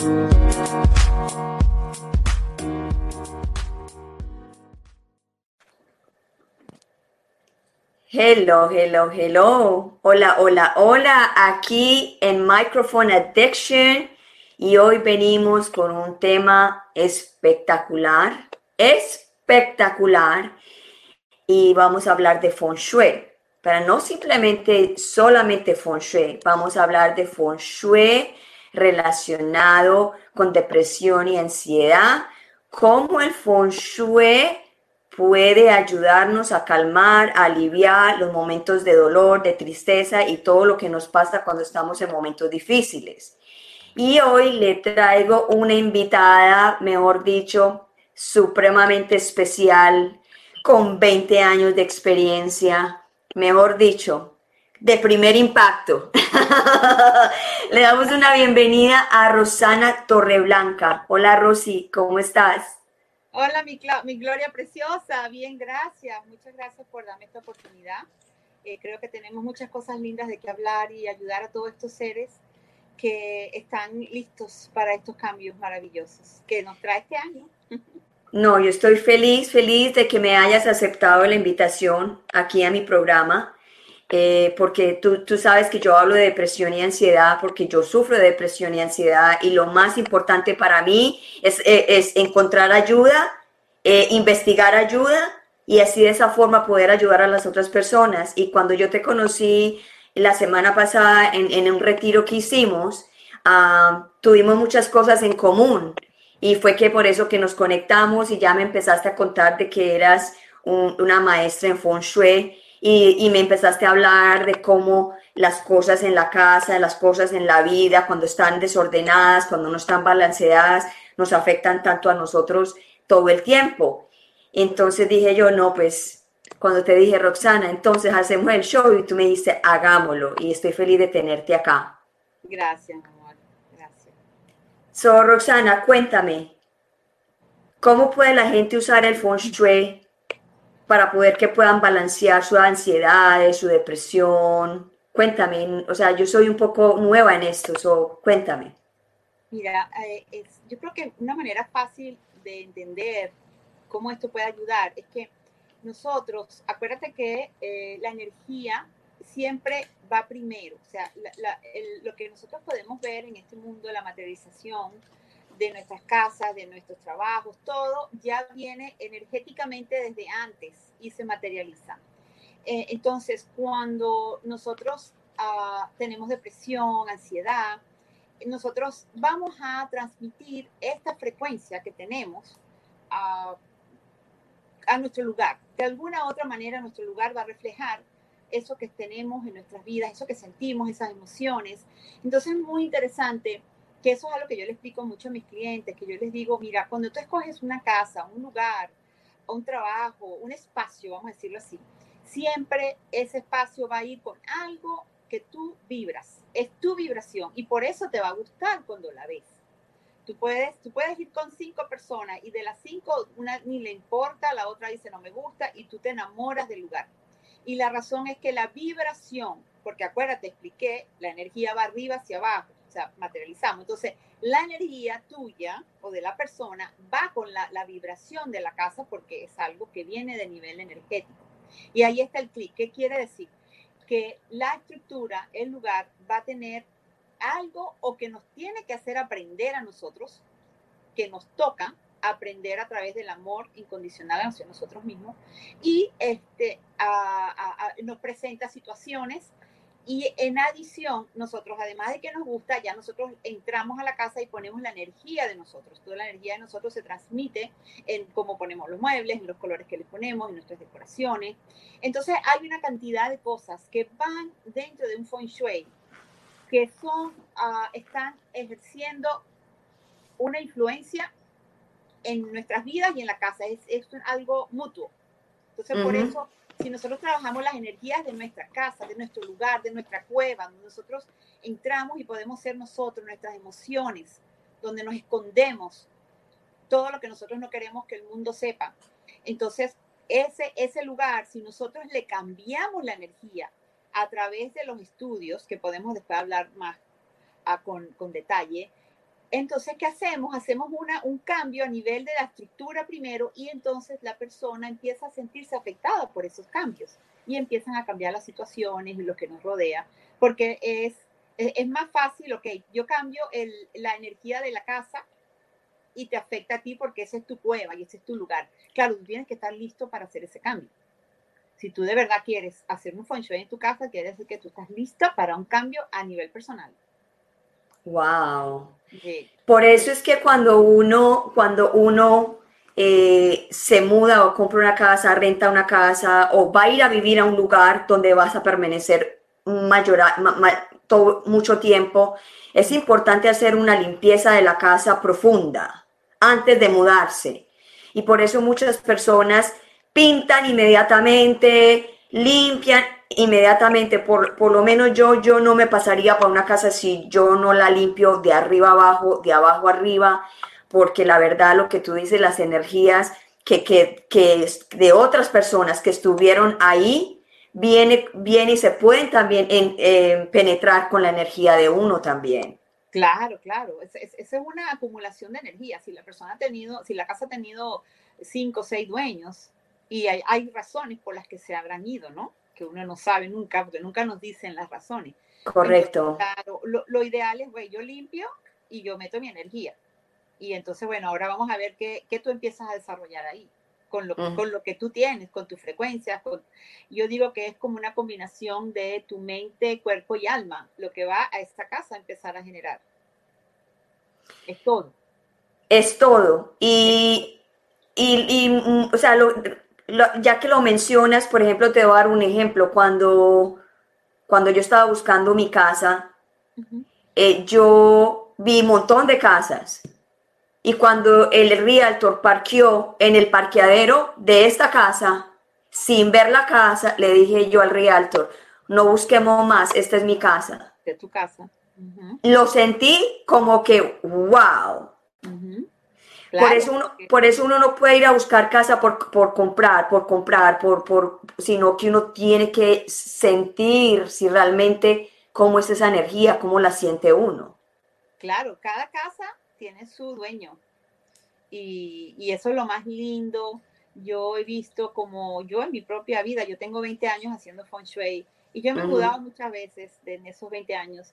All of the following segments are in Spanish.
Hello, hello, hello. Hola, hola, hola. Aquí en Microphone Addiction y hoy venimos con un tema espectacular, espectacular y vamos a hablar de Feng Shui. Pero no simplemente solamente Feng Shui, vamos a hablar de Feng Shui relacionado con depresión y ansiedad, cómo el Feng Shui puede ayudarnos a calmar, a aliviar los momentos de dolor, de tristeza y todo lo que nos pasa cuando estamos en momentos difíciles. Y hoy le traigo una invitada, mejor dicho, supremamente especial, con 20 años de experiencia, mejor dicho, de primer impacto. Le damos una bienvenida a Rosana Torreblanca. Hola Rosy, ¿cómo estás? Hola, mi Gloria preciosa, bien, gracias. Muchas gracias por darme esta oportunidad. Creo que tenemos muchas cosas lindas de que hablar y ayudar a todos estos seres que están listos para estos cambios maravillosos que nos trae este año. No, yo estoy feliz, feliz de que me hayas aceptado la invitación aquí a mi programa, porque tú sabes que yo hablo de depresión y ansiedad, porque yo sufro de depresión y ansiedad, y lo más importante para mí es encontrar ayuda, investigar ayuda, y así de esa forma poder ayudar a las otras personas. Y cuando yo te conocí la semana pasada en un retiro que hicimos, tuvimos muchas cosas en común. Y fue que por eso que nos conectamos y ya me empezaste a contar de que eras una maestra en Feng Shui y me empezaste a hablar de cómo las cosas en la casa, las cosas en la vida, cuando están desordenadas, cuando no están balanceadas, nos afectan tanto a nosotros todo el tiempo. Entonces dije yo, no, pues cuando te dije, Roxana, entonces hacemos el show y tú me dijiste, hagámoslo y estoy feliz de tenerte acá. Gracias, amor. Gracias. So, Roxana, cuéntame, ¿cómo puede la gente usar el Feng Shui para poder que puedan balancear su ansiedad, su depresión? Cuéntame, o sea, yo soy un poco nueva en esto, so, cuéntame. Mira, yo creo que una manera fácil de entender cómo esto puede ayudar es que nosotros, acuérdate que la energía siempre va primero, o sea, lo que nosotros podemos ver en este mundo, la materialización de nuestras casas, de nuestros trabajos, todo ya viene energéticamente desde antes y se materializa. Entonces, cuando nosotros tenemos depresión, ansiedad, nosotros vamos a transmitir esta frecuencia que tenemos a, a nuestro lugar. De alguna u otra manera, nuestro lugar va a reflejar eso que tenemos en nuestras vidas, eso que sentimos, esas emociones. Entonces es muy interesante que eso es algo que yo le explico mucho a mis clientes, que yo les digo, mira, cuando tú escoges una casa, un lugar, un trabajo, un espacio, vamos a decirlo así, siempre ese espacio va a ir con algo que tú vibras, es tu vibración y por eso te va a gustar cuando la ves. Tú puedes ir con 5 personas y de las 5 una ni le importa, la otra dice no me gusta y tú te enamoras del lugar. Y la razón es que la vibración, porque acuérdate, expliqué, la energía va arriba hacia abajo, o sea, materializamos. Entonces, la energía tuya o de la persona va con la vibración de la casa porque es algo que viene de nivel energético. Y ahí está el clic. ¿Qué quiere decir? Que la estructura, el lugar, va a tener algo o que nos tiene que hacer aprender a nosotros, que nos toca aprender a través del amor incondicional hacia nosotros mismos y nos presenta situaciones y en adición nosotros además de que nos gusta ya nosotros entramos a la casa y ponemos la energía de nosotros, toda la energía de nosotros se transmite en cómo ponemos los muebles, en los colores que les ponemos, en nuestras decoraciones. Entonces hay una cantidad de cosas que van dentro de un Feng Shui que están ejerciendo una influencia en nuestras vidas y en la casa. Es algo mutuo. Entonces, por eso, si nosotros trabajamos las energías de nuestra casa, de nuestro lugar, de nuestra cueva, donde nosotros entramos y podemos ser nosotros, nuestras emociones, donde nos escondemos todo lo que nosotros no queremos que el mundo sepa. Entonces, ese lugar, si nosotros le cambiamos la energía a través de los estudios, que podemos después hablar más con detalle, Entonces, ¿qué hacemos? Hacemos un cambio a nivel de la estructura primero y entonces la persona empieza a sentirse afectada por esos cambios y empiezan a cambiar las situaciones y lo que nos rodea, porque es más fácil, ok, yo cambio la energía de la casa y te afecta a ti porque esa es tu cueva y ese es tu lugar. Claro, tú tienes que estar listo para hacer ese cambio. Si tú de verdad quieres hacer un feng shui en tu casa, quiere decir que tú estás lista para un cambio a nivel personal. Wow. De, Por de, eso es que cuando uno se muda o compra una casa, renta una casa o va a ir a vivir a un lugar donde vas a permanecer mucho tiempo, es importante hacer una limpieza de la casa profunda antes de mudarse. Y por eso muchas personas pintan inmediatamente, limpian inmediatamente. Por lo menos yo no me pasaría para una casa si yo no la limpio de arriba abajo, de abajo arriba, porque la verdad lo que tú dices, las energías que de otras personas que estuvieron ahí, viene y se pueden también penetrar con la energía de uno también. claro, claro. Esa es una acumulación de energía. Si la persona ha tenido, si la casa ha tenido 5 o 6 dueños y hay razones por las que se habrán ido, ¿no? Que uno no sabe nunca, porque nunca nos dicen las razones. Entonces, Correcto. claro, lo ideal es, güey, yo limpio y yo meto mi energía. Y entonces, bueno, ahora vamos a ver qué tú empiezas a desarrollar ahí, Mm. con lo que tú tienes, con tus frecuencias. Yo digo que es como una combinación de tu mente, cuerpo y alma, lo que va a esta casa a empezar a generar. Es todo. Es todo. Es todo. O sea, ya que lo mencionas, por ejemplo, te voy a dar un ejemplo. Cuando yo estaba buscando mi casa, Ujú. yo vi un montón de casas. Y cuando el realtor parqueó en el parqueadero de esta casa, sin ver la casa, le dije yo al realtor, no busquemos más, esta es mi casa. De tu casa. Ujú, Lo sentí como que, wow. ujú. Por Claro, eso uno, porque por eso uno no puede ir a buscar casa por comprar, sino que uno tiene que sentir si realmente cómo es esa energía, cómo la siente uno. claro, cada casa tiene su dueño. Y eso es lo más lindo. Yo he visto como yo en mi propia vida, yo tengo 20 años haciendo feng shui y yo me he Ujú. mudado muchas veces en esos 20 años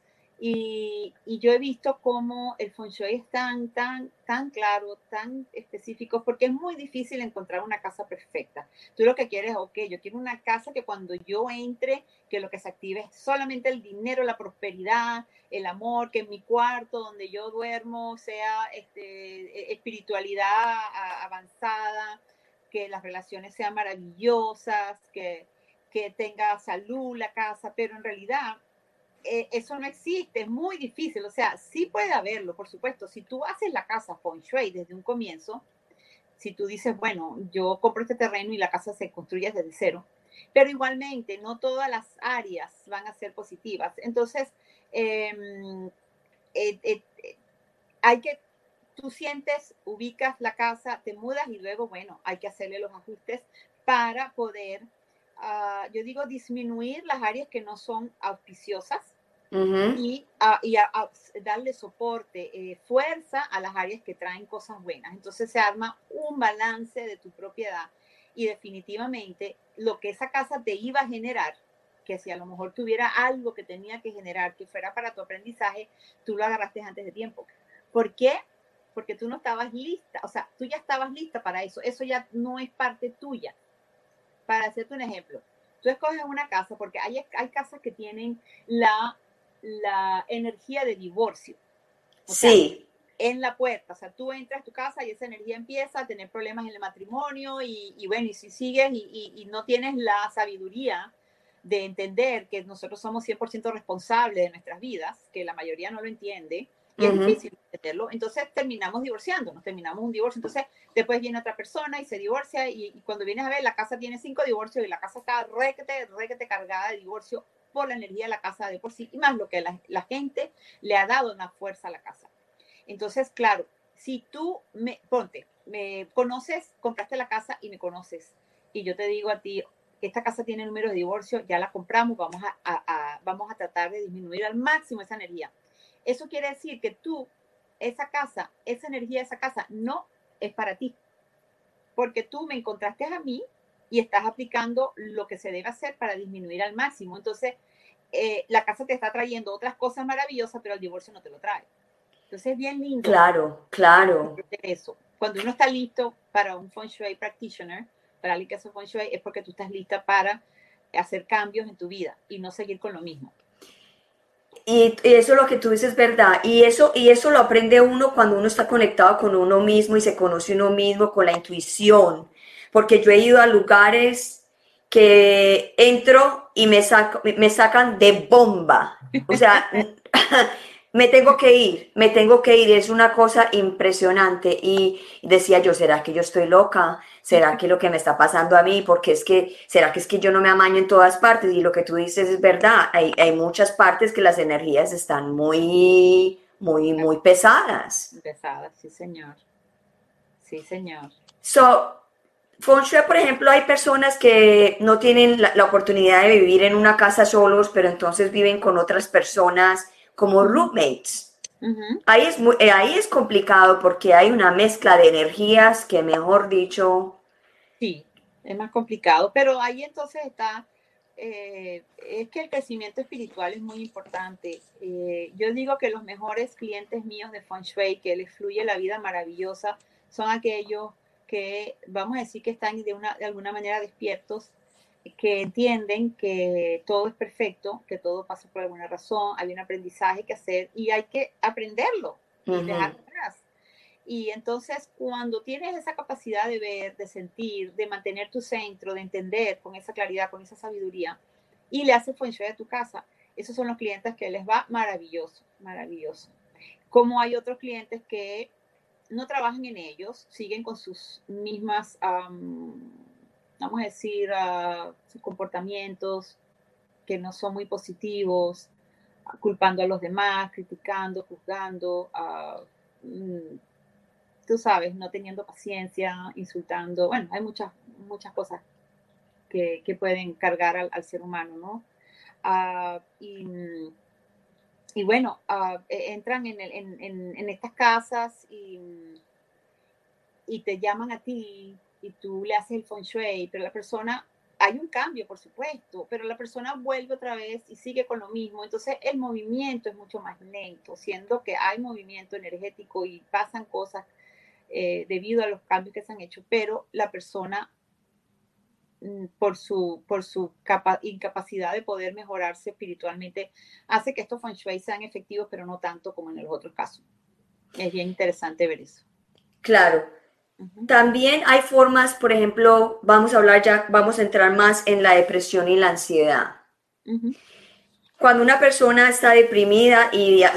y yo he visto cómo el feng shui es tan claro, tan específico, porque es muy difícil encontrar una casa perfecta. Tú lo que quieres, ok, yo quiero una casa que cuando yo entre, que lo que se active es solamente el dinero, la prosperidad, el amor, que en mi cuarto donde yo duermo sea espiritualidad avanzada, que las relaciones sean maravillosas, que tenga salud la casa, pero en realidad eso no existe, es muy difícil, o sea, sí puede haberlo, por supuesto, si tú haces la casa feng shui desde un comienzo, si tú dices, bueno, yo compro este terreno y la casa se construye desde cero, pero igualmente no todas las áreas van a ser positivas. Entonces, eh, eh, eh, hay que, tú sientes, ubicas la casa, te mudas y luego, bueno, hay que hacerle los ajustes para poder, yo digo, disminuir las áreas que no son auspiciosas Ujú. y darle soporte, fuerza a las áreas que traen cosas buenas. Entonces se arma un balance de tu propiedad y definitivamente lo que esa casa te iba a generar, que si a lo mejor tuviera algo que tenía que generar, que fuera para tu aprendizaje, tú lo agarraste antes de tiempo. ¿Por qué? Porque tú no estabas lista, o sea, tú ya estabas lista para eso, eso ya no es parte tuya. Para hacerte un ejemplo, tú escoges una casa porque hay casas que tienen la energía de divorcio. O sea, Sí. en la puerta, o sea, tú entras a tu casa y esa energía empieza a tener problemas en el matrimonio y bueno, y si sigues y no tienes la sabiduría de entender que nosotros somos 100% responsables de nuestras vidas, que la mayoría no lo entiende, y es Ujú. difícil entenderlo, entonces terminamos divorciándonos, terminamos un divorcio, entonces después viene otra persona y se divorcia y cuando vienes a ver, la casa tiene 5 divorcios y la casa está requete cargada de divorcio por la energía de la casa de por sí, y más lo que la gente le ha dado una fuerza a la casa. Entonces, claro, si tú me conoces, compraste la casa y me conoces, y yo te digo a ti, esta casa tiene número de divorcio, ya la compramos, vamos a tratar de disminuir al máximo esa energía. Eso quiere decir que tú esa casa, esa energía de esa casa no es para ti, porque tú me encontraste a mí y estás aplicando lo que se debe hacer para disminuir al máximo. Entonces, la casa te está trayendo otras cosas maravillosas, pero el divorcio no te lo trae. Entonces es bien lindo Claro, claro. eso. Cuando uno está listo para un Feng Shui practitioner, para alguien que hace Feng Shui, es porque tú estás lista para hacer cambios en tu vida y no seguir con lo mismo. Y eso lo que tú dices es verdad. Y eso lo aprende uno cuando uno está conectado con uno mismo y se conoce uno mismo con la intuición. Porque yo he ido a lugares que entro y me sacan de bomba. O sea, me tengo que ir, es una cosa impresionante. Y decía yo, ¿será que yo estoy loca? ¿Será que lo que me está pasando a mí? Porque ¿será que es que yo no me amaño en todas partes? Y lo que tú dices es verdad, hay muchas partes que las energías están muy, muy, muy pesadas. Pesada, sí, señor. Sí, señor. So, Feng Shui, por ejemplo, hay personas que no tienen la oportunidad de vivir en una casa solos, pero entonces viven con otras personas como roommates. Ahí es complicado porque hay una mezcla de energías que, mejor dicho, Sí, es más complicado, pero ahí entonces está, es que el crecimiento espiritual es muy importante. Yo digo que los mejores clientes míos de Feng Shui, que les fluye la vida maravillosa, son aquellos que, vamos a decir, que están de alguna manera despiertos, que entienden que todo es perfecto, que todo pasa por alguna razón, hay un aprendizaje que hacer y hay que aprenderlo y dejarlo atrás. Y entonces cuando tienes esa capacidad de ver, de sentir, de mantener tu centro, de entender con esa claridad, con esa sabiduría, y le haces Feng Shui a tu casa, esos son los clientes que les va maravilloso, maravilloso. Como hay otros clientes que no trabajan en ellos, siguen con sus mismas, vamos a decir, sus comportamientos que no son muy positivos, culpando a los demás, criticando, juzgando, tú sabes, no teniendo paciencia, insultando, bueno, hay muchas cosas que pueden cargar al ser humano, ¿no? Uh, y, y, bueno, entran en estas casas y te llaman a ti y tú le haces el Feng Shui, pero la persona, hay un cambio, por supuesto, pero la persona vuelve otra vez y sigue con lo mismo. Entonces el movimiento es mucho más lento, siendo que hay movimiento energético y pasan cosas debido a los cambios que se han hecho, pero la persona por su incapacidad de poder mejorarse espiritualmente hace que estos Feng Shui sean efectivos, pero no tanto como en los otros casos. Es bien interesante ver eso. claro. También hay formas, por ejemplo, vamos a entrar más en la depresión y la ansiedad. Cuando una persona está deprimida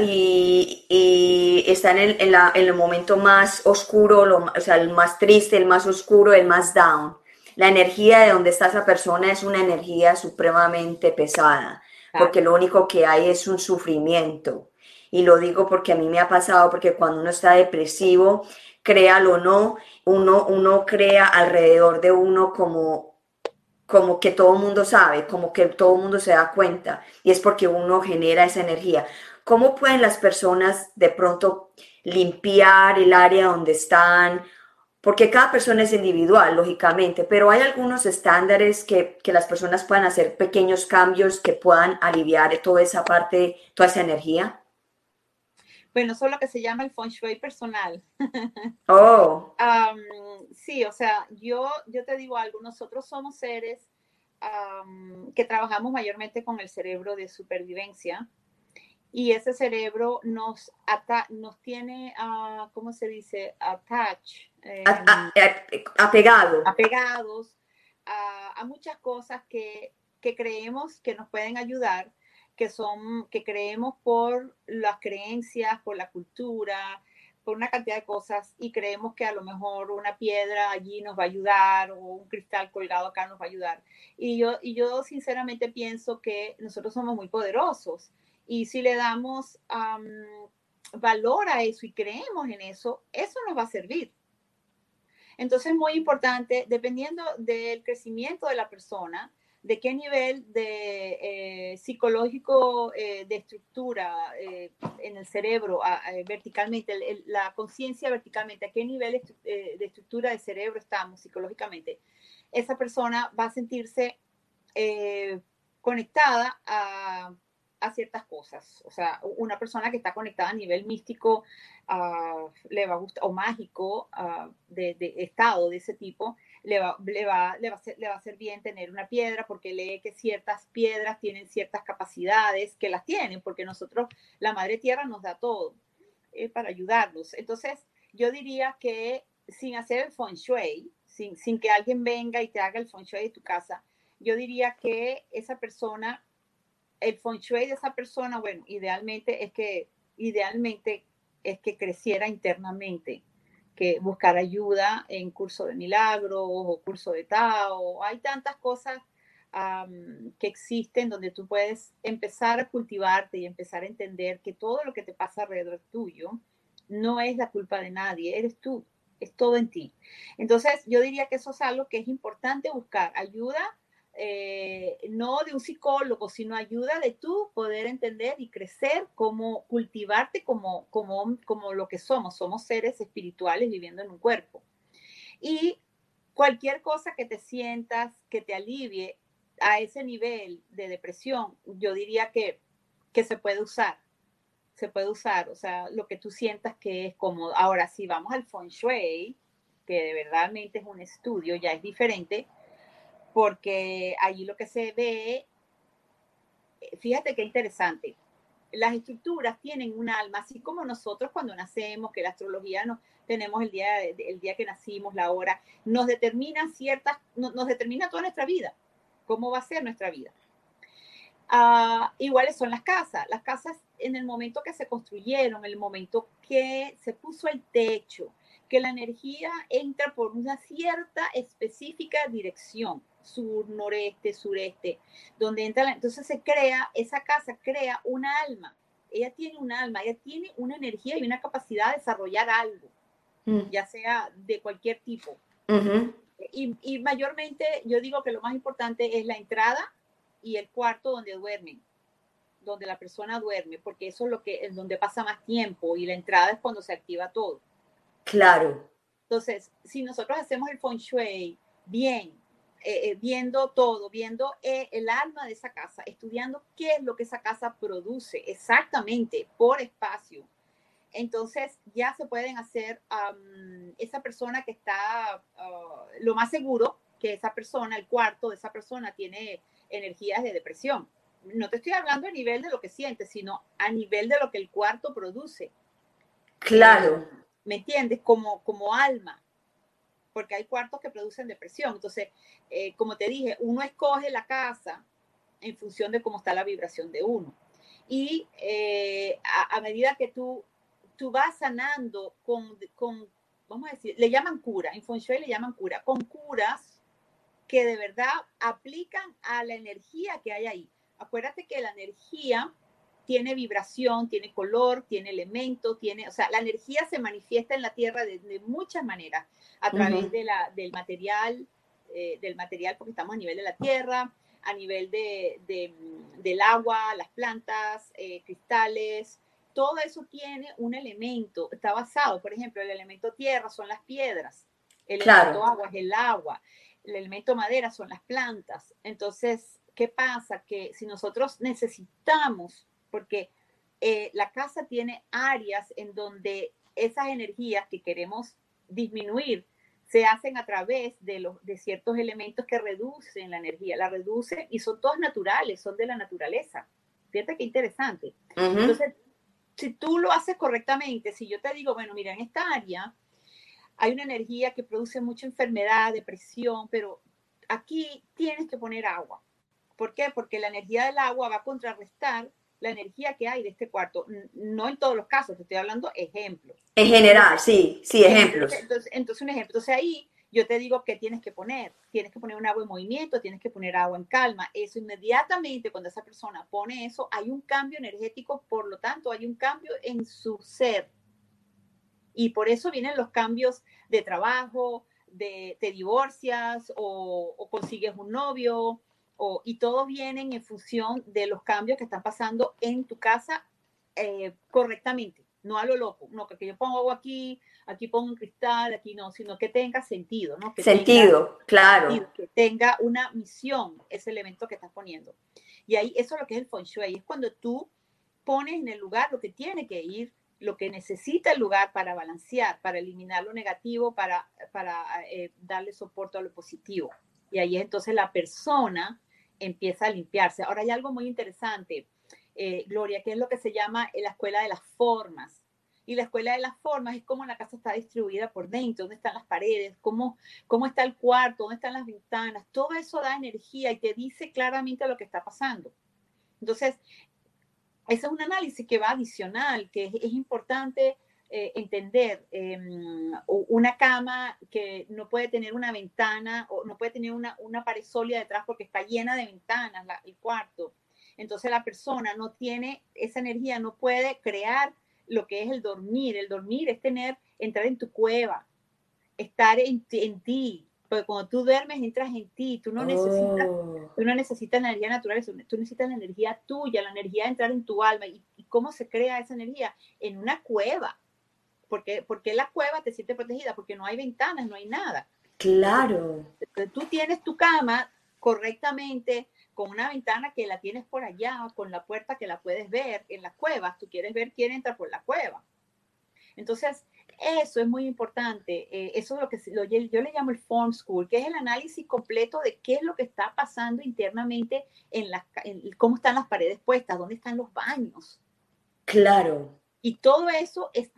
y está en el momento más oscuro, o sea, el más triste, el más oscuro, el más down, la energía de donde está esa persona es una energía supremamente pesada, porque lo único que hay es un sufrimiento. Y lo digo porque a mí me ha pasado, porque cuando uno está depresivo, créalo o no, uno crea alrededor de uno como que todo el mundo sabe, como que todo el mundo se da cuenta, y es porque uno genera esa energía. ¿Cómo pueden las personas de pronto limpiar el área donde están? Porque cada persona es individual, lógicamente, pero hay algunos estándares que las personas puedan hacer pequeños cambios que puedan aliviar toda esa parte, toda esa energía. Bueno, eso es lo que se llama el Feng Shui personal. Oh. Sí, o sea, yo te digo algo, nosotros somos seres que trabajamos mayormente con el cerebro de supervivencia y ese cerebro nos tiene, ¿cómo se dice? Apegado. Apegados a muchas cosas que creemos que nos pueden ayudar, que creemos por las creencias, por la cultura, por una cantidad de cosas y creemos que a lo mejor una piedra allí nos va a ayudar o un cristal colgado acá nos va a ayudar. Y yo sinceramente pienso que nosotros somos muy poderosos y si le damos valor a eso y creemos en eso, eso nos va a servir. Entonces es muy importante, dependiendo del crecimiento de la persona, de qué nivel de psicológico de estructura en el cerebro verticalmente, la conciencia verticalmente, a qué nivel de estructura de cerebro estamos psicológicamente, esa persona va a sentirse conectada a ciertas cosas. O sea, una persona que está conectada a nivel místico le va a gustar, o mágico, de estado de ese tipo, le va a hacer bien tener una piedra porque lee que ciertas piedras tienen ciertas capacidades, que las tienen, porque nosotros, la Madre Tierra nos da todo para ayudarnos. Entonces, yo diría que sin hacer el feng shui, sin que alguien venga y te haga el feng shui de tu casa, yo diría que esa persona, el feng shui de esa persona, bueno, idealmente es que creciera internamente, que buscar ayuda en curso de milagros o curso de Tao. Hay tantas cosas que existen donde tú puedes empezar a cultivarte y empezar a entender que todo lo que te pasa alrededor tuyo no es la culpa de nadie, eres tú, es todo en ti. Entonces, yo diría que eso es algo que es importante buscar, ayuda no de un psicólogo, sino ayuda de tú poder entender y crecer, como cultivarte como lo que somos seres espirituales viviendo en un cuerpo. Y cualquier cosa que te sientas, que te alivie a ese nivel de depresión, yo diría que se puede usar, o sea, lo que tú sientas que es cómodo. Ahora, si vamos al feng shui, que de verdad es un estudio, ya es diferente, porque allí lo que se ve, fíjate qué interesante, las estructuras tienen un alma, así como nosotros cuando nacemos, que la astrología nos tenemos el día que nacimos, la hora, nos determina toda nuestra vida, cómo va a ser nuestra vida. Iguales son las casas en el momento que se construyeron, en el momento que se puso el techo, que la energía entra por una cierta específica dirección, sur, noreste, sureste, donde entra, entonces esa casa crea una alma, ella tiene un alma, ella tiene una energía y una capacidad de desarrollar algo, ya sea de cualquier tipo. Y mayormente yo digo que lo más importante es la entrada y el cuarto donde duermen, donde la persona duerme, porque eso es donde pasa más tiempo, y la entrada es cuando se activa todo. Claro. Entonces, si nosotros hacemos el feng shui bien, viendo todo, viendo el alma de esa casa, estudiando qué es lo que esa casa produce exactamente por espacio, entonces ya se pueden hacer, esa persona que está, lo más seguro que esa persona, el cuarto de esa persona tiene energías de depresión. No te estoy hablando a nivel de lo que sientes, sino a nivel de lo que el cuarto produce. Claro. ¿Me entiendes? Como alma, porque hay cuartos que producen depresión. Entonces, como te dije, uno escoge la casa en función de cómo está la vibración de uno. Y a medida que tú vas sanando vamos a decir, le llaman cura, en Feng Shui le llaman cura, con curas que de verdad aplican a la energía que hay ahí. Acuérdate que la energía tiene vibración, tiene color, tiene elemento, o sea, la energía se manifiesta en la Tierra de muchas maneras, a través del material, porque estamos a nivel de la Tierra, a nivel del agua, las plantas, cristales, todo eso tiene un elemento, está basado, por ejemplo, el elemento tierra son las piedras, el elemento agua es el agua, el elemento madera son las plantas. Entonces, ¿qué pasa? Que si nosotros necesitamos, porque la casa tiene áreas en donde esas energías que queremos disminuir se hacen a través de ciertos elementos que reducen la energía, la reducen, y son todos naturales, son de la naturaleza. Fíjate qué interesante. Entonces, si tú lo haces correctamente, si yo te digo, bueno, mira, en esta área hay una energía que produce mucha enfermedad, depresión, pero aquí tienes que poner agua. ¿Por qué? Porque la energía del agua va a contrarrestar la energía que hay de este cuarto. No en todos los casos, te estoy hablando ejemplos. En general, sí, ejemplos. Entonces, un ejemplo. Entonces ahí yo te digo que tienes que poner un agua en movimiento, tienes que poner agua en calma. Eso inmediatamente, cuando esa persona pone eso, hay un cambio energético, por lo tanto, hay un cambio en su ser. Y por eso vienen los cambios de trabajo, te divorcias o consigues un novio, y todos vienen en función de los cambios que están pasando en tu casa correctamente, no a lo loco, no que yo pongo algo aquí, aquí pongo un cristal, aquí no, sino que tenga sentido, ¿no? Que Sentido, tenga, claro. sentido, que tenga una misión ese elemento que estás poniendo. Y ahí eso es lo que es el Feng Shui, es cuando tú pones en el lugar lo que tiene que ir, lo que necesita el lugar para balancear, para eliminar lo negativo, para darle soporte a lo positivo. Y ahí entonces la persona empieza a limpiarse. Ahora hay algo muy interesante, Gloria, que es lo que se llama la escuela de las formas. Y la escuela de las formas es cómo la casa está distribuida por dentro, dónde están las paredes, cómo está el cuarto, dónde están las ventanas. Todo eso da energía y te dice claramente lo que está pasando. Entonces, ese es un análisis que va adicional, que es importante entender. Una cama que no puede tener una ventana o no puede tener una pared sólida detrás porque está llena de ventanas el cuarto. Entonces la persona no tiene esa energía, no puede crear lo que es el dormir. El dormir es entrar en tu cueva, estar en ti. Porque cuando tú duermes, entras en ti. Tú no necesitas la energía natural, tú necesitas la energía tuya, la energía de entrar en tu alma. ¿Y cómo se crea esa energía? En una cueva. Porque la cueva te siente protegida, porque no hay ventanas, no hay nada. Claro. Entonces, tú tienes tu cama correctamente, con una ventana que la tienes por allá, con la puerta que la puedes ver. En las cuevas, tú quieres ver quién entra por la cueva. Entonces, eso es muy importante. Eso es lo que yo le llamo el Form School, que es el análisis completo de qué es lo que está pasando internamente en cómo están las paredes puestas, dónde están los baños. Claro. Y todo eso es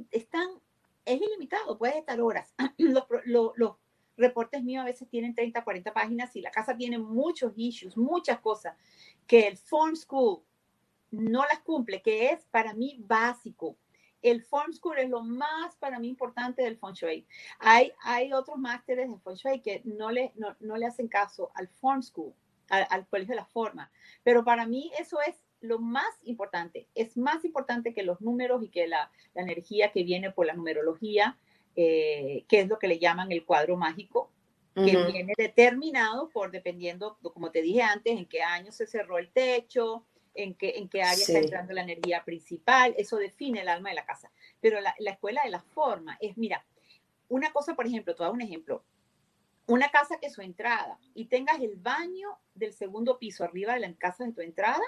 ilimitado, puedes estar horas. Los reportes míos a veces tienen 30, 40 páginas y la casa tiene muchos issues, muchas cosas que el Form School no las cumple, que es para mí básico. El Form School es lo más para mí importante del Feng Shui. Hay otros másteres de Feng Shui que no le hacen caso al Form School, al Colegio de la Forma. Pero para mí eso es lo más importante. Es más importante que los números y que la energía que viene por la numerología, que es lo que le llaman el cuadro mágico, que viene determinado dependiendo, como te dije antes, en qué año se cerró el techo, en qué área está entrando la energía principal. Eso define el alma de la casa. Pero la escuela de la forma es, mira, una cosa, por ejemplo, te voy a dar un ejemplo. Una casa que su entrada y tengas el baño del segundo piso arriba de la casa de tu entrada,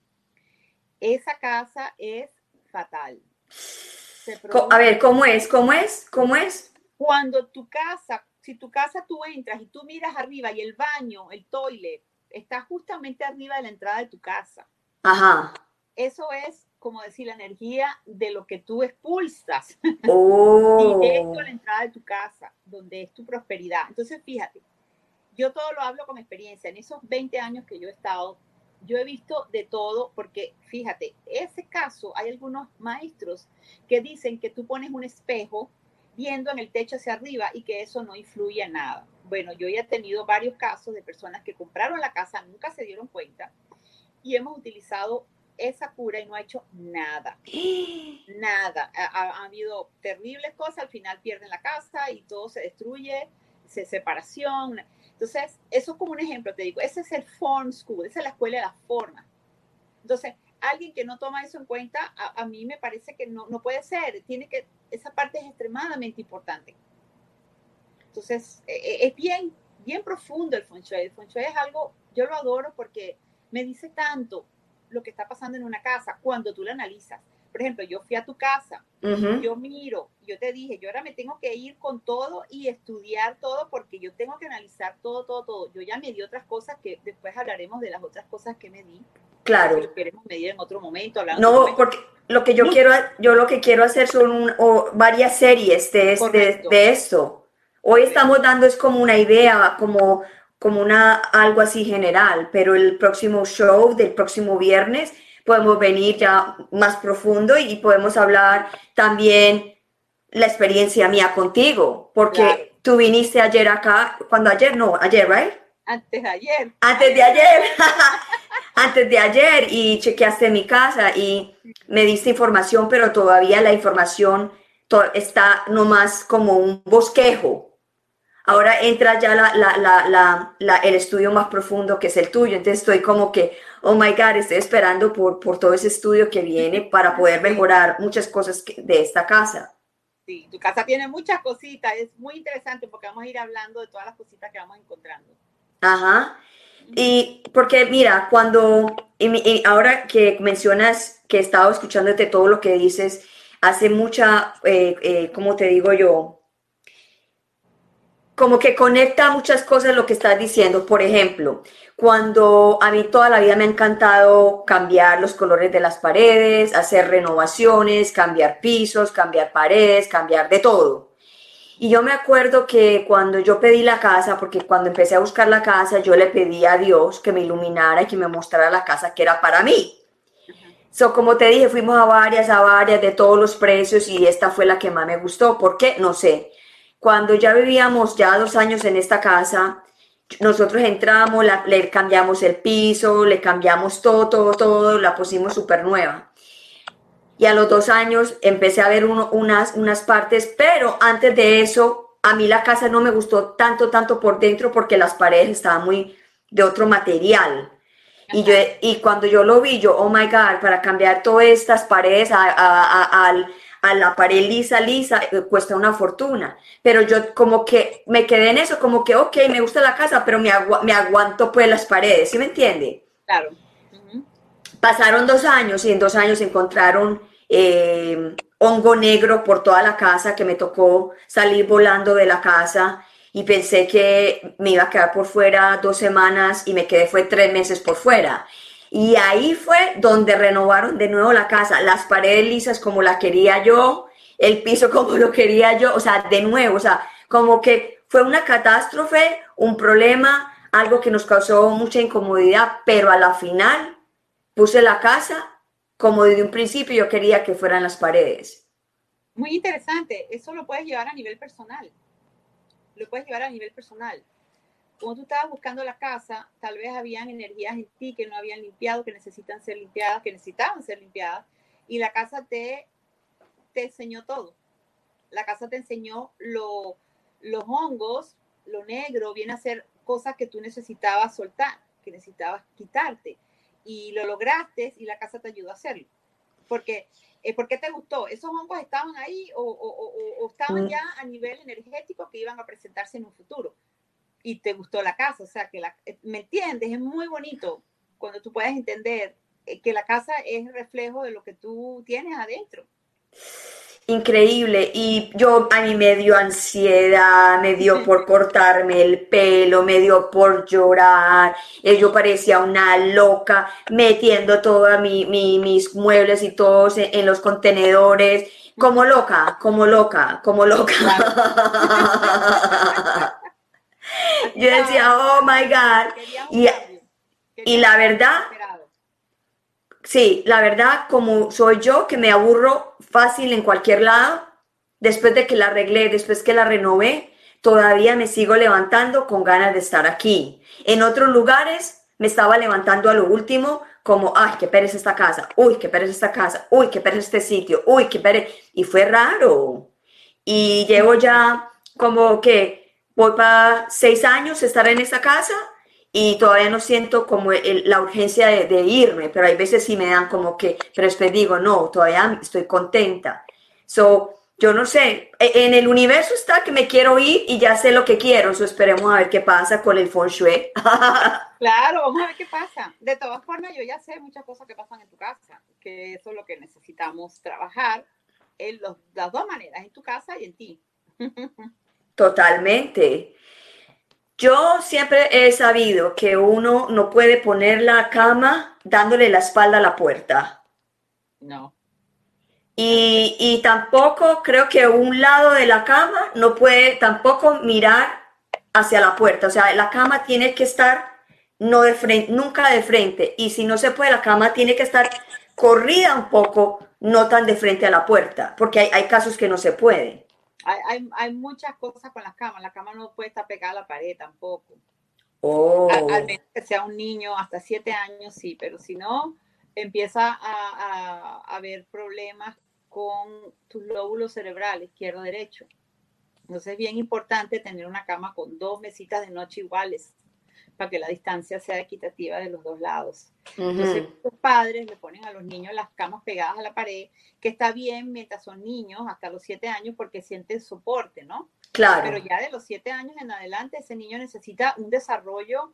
esa casa es fatal. A ver, ¿cómo es? Cuando si tu casa tú entras y tú miras arriba y el baño, el toilet, está justamente arriba de la entrada de tu casa. Ajá. Eso es, como decir, la energía de lo que tú expulsas directo a la entrada de tu casa, donde es tu prosperidad. Entonces, fíjate, yo todo lo hablo con experiencia. En esos 20 años que yo he estado, yo he visto de todo, porque fíjate, ese caso, hay algunos maestros que dicen que tú pones un espejo viendo en el techo hacia arriba y que eso no influye en nada. Bueno, yo ya he tenido varios casos de personas que compraron la casa, nunca se dieron cuenta, y hemos utilizado esa cura y no ha hecho nada. Nada. Ha habido terribles cosas, al final pierden la casa y todo se destruye, separación. Entonces, eso es como un ejemplo, te digo, ese es el Form School, esa es la escuela de las formas. Entonces, alguien que no toma eso en cuenta, a mí me parece que no puede ser, esa parte es extremadamente importante. Entonces, es bien profundo el Feng Shui. El Feng Shui es algo, yo lo adoro porque me dice tanto lo que está pasando en una casa cuando tú la analizas. Por ejemplo, yo fui a tu casa, yo miro, yo te dije, yo ahora me tengo que ir con todo y estudiar todo porque yo tengo que analizar todo. Yo ya me di otras cosas que después hablaremos de las otras cosas que me di. Claro. Si lo queremos medir en otro momento. No, porque lo que yo quiero hacer son varias series de esto. Hoy estamos dando es como una idea, como algo así general, pero el próximo show del próximo viernes podemos venir ya más profundo y podemos hablar también la experiencia mía contigo, porque tú viniste ayer acá, ayer, ¿right? Antes de ayer. Antes de ayer y chequeaste mi casa y me diste información, pero todavía la información está nomás como un bosquejo. Ahora entra ya el estudio más profundo que es el tuyo. Entonces estoy como que, oh my God, estoy esperando por todo ese estudio que viene para poder Sí, mejorar muchas cosas de esta casa. sí, tu casa tiene muchas cositas, es muy interesante porque vamos a ir hablando de todas las cositas que vamos encontrando. Ajá. Ujú. Y porque mira, y ahora que mencionas que he estado escuchándote todo lo que dices, hace mucha, ¿cómo te digo yo? Como que conecta muchas cosas lo que estás diciendo. Por ejemplo, cuando a mí toda la vida me ha encantado cambiar los colores de las paredes, hacer renovaciones, cambiar pisos, cambiar paredes, cambiar de todo. Y yo me acuerdo que cuando yo pedí la casa, porque cuando empecé a buscar la casa, yo le pedí a Dios que me iluminara y que me mostrara la casa que era para mí. Ajá. So, como te dije, fuimos a varias de todos los precios y esta fue la que más me gustó. ¿Por qué? No sé. Cuando ya vivíamos ya 2 años en esta casa, nosotros entramos, le cambiamos el piso, le cambiamos todo, la pusimos súper nueva. Y a los 2 años empecé a ver unas partes, pero antes de eso, a mí la casa no me gustó tanto por dentro porque las paredes estaban muy de otro material. Y, yo, Ajá. y cuando yo lo vi, yo, oh my God, para cambiar todas estas paredes a la pared lisa, cuesta una fortuna. Pero yo como que me quedé en eso, como que, ok, me gusta la casa, pero me aguanto pues las paredes, ¿sí me entiende? Claro. Ujú. Pasaron 2 años y en 2 años encontraron hongo negro por toda la casa que me tocó salir volando de la casa y pensé que me iba a quedar por fuera 2 semanas y me quedé fue 3 meses por fuera. Y ahí fue donde renovaron de nuevo la casa, las paredes lisas como la quería yo, el piso como lo quería yo, o sea, de nuevo, o sea, como que fue una catástrofe, un problema, algo que nos causó mucha incomodidad, pero a la final puse la casa como desde un principio yo quería que fueran las paredes. Muy interesante. Eso lo puedes llevar a nivel personal. Lo puedes llevar a nivel personal. Cuando tú estabas buscando la casa, tal vez habían energías en ti que no habían limpiado, que necesitan ser limpiadas, que necesitaban ser limpiadas, y la casa te enseñó todo. La casa te enseñó los hongos, lo negro, viene a ser cosas que tú necesitabas soltar, que necesitabas quitarte. Y lo lograste y la casa te ayudó a hacerlo. Porque, ¿por qué te gustó? ¿Esos hongos estaban ahí o estaban Mm, ya a nivel energético que iban a presentarse en un futuro? Y te gustó la casa, o sea, ¿me entiendes? Es muy bonito cuando tú puedes entender que la casa es el reflejo de lo que tú tienes adentro. increíble. Y yo, a mí me dio ansiedad, me dio por cortarme el pelo, me dio por llorar. Yo parecía una loca metiendo todos mis muebles y todos en los contenedores. Como loca, como loca, como loca. Claro. Así Yo decía, estábamos, así oh my estábamos. God. Querías un Y, cambio. y Querías un la cambio verdad, desesperado. sí, la verdad, como soy yo, que me aburro fácil en cualquier lado, después de que la arreglé, después que la renové, todavía me sigo levantando con ganas de estar aquí. En otros lugares me estaba levantando a lo último, como, ay, qué pereza esta casa, uy, qué pereza esta casa, uy, qué pereza este sitio, uy, qué pereza. Y fue raro. Y llevo ya como que voy para 6 años estar en esta casa y todavía no siento como la urgencia de irme, pero hay veces sí me dan como que, pero después digo, no, todavía estoy contenta. So, yo no sé, en el universo está que me quiero ir y ya sé lo que quiero, so esperemos a ver qué pasa con el feng shui. Claro, vamos a ver qué pasa. De todas formas, yo ya sé muchas cosas que pasan en tu casa, que eso es lo que necesitamos trabajar en las dos maneras, en tu casa y en ti. Totalmente. Yo siempre he sabido que uno no puede poner la cama dándole la espalda a la puerta. No, claro que Y tampoco creo que un lado de la cama no puede tampoco mirar hacia la puerta. O sea, la cama tiene que estar no de frente, nunca de frente. Y si no se puede, la cama tiene que estar corrida un poco, no tan de frente a la puerta, porque hay casos que no se puede. hay muchas cosas con las camas. La cama no puede estar pegada a la pared tampoco. Al Oh, menos que sea un niño hasta 7 años, sí, pero si no, empieza a haber problemas con tus lóbulos cerebrales, izquierdo-derecho. Entonces es bien importante tener una cama con 2 mesitas de noche iguales para que la distancia sea equitativa de los dos lados. Entonces, los padres le ponen a los niños las camas pegadas a la pared, que está bien mientras son niños, hasta los 7 años, porque sienten soporte, ¿no? Pero Claro. ya de los 7 años en adelante, ese niño necesita un desarrollo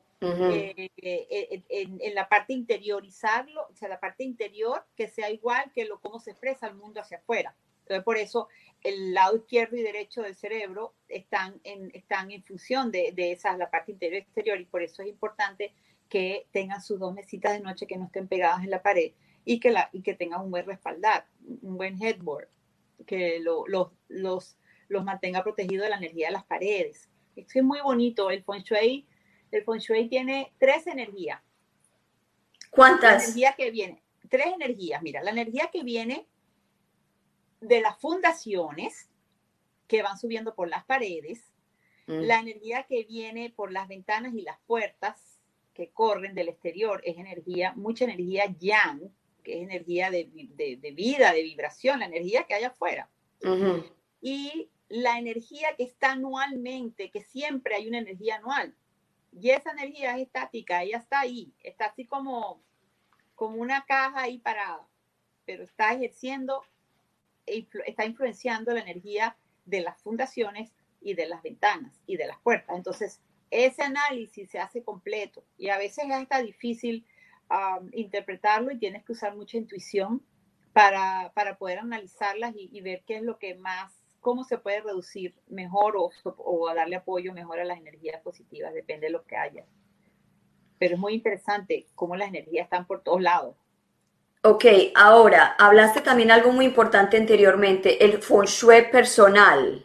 en la parte interiorizarlo, o sea, la parte interior que sea igual que cómo se expresa el mundo hacia afuera. Entonces, por eso el lado izquierdo y derecho del cerebro están en función de esa, la parte interior y exterior, y por eso es importante que tengan sus 2 mesitas de noche que no estén pegadas en la pared y que tengan un buen respaldar, un buen headboard, que los mantenga protegidos de la energía de las paredes. Esto es muy bonito. El Feng Shui tiene 3 energías. La ¿Cuántas? energía que viene, 3 energías. Mira, la energía que viene de las fundaciones que van subiendo por las paredes, la energía que viene por las ventanas y las puertas que corren del exterior es mucha energía yang, que es energía de vida, de vibración, la energía que hay afuera. Y la energía que está anualmente, que siempre hay una energía anual. Y esa energía es estática, ella está ahí, está así como una caja ahí parada, pero está ejerciendo, está influenciando la energía de las fundaciones y de las ventanas y de las puertas. Entonces, ese análisis se hace completo y a veces es hasta difícil interpretarlo y tienes que usar mucha intuición para poder analizarlas y ver qué es lo que más, cómo se puede reducir mejor o darle apoyo mejor a las energías positivas, depende de lo que haya. Pero es muy interesante cómo las energías están por todos lados. Ok, ahora, hablaste también algo muy importante anteriormente, el feng shui personal.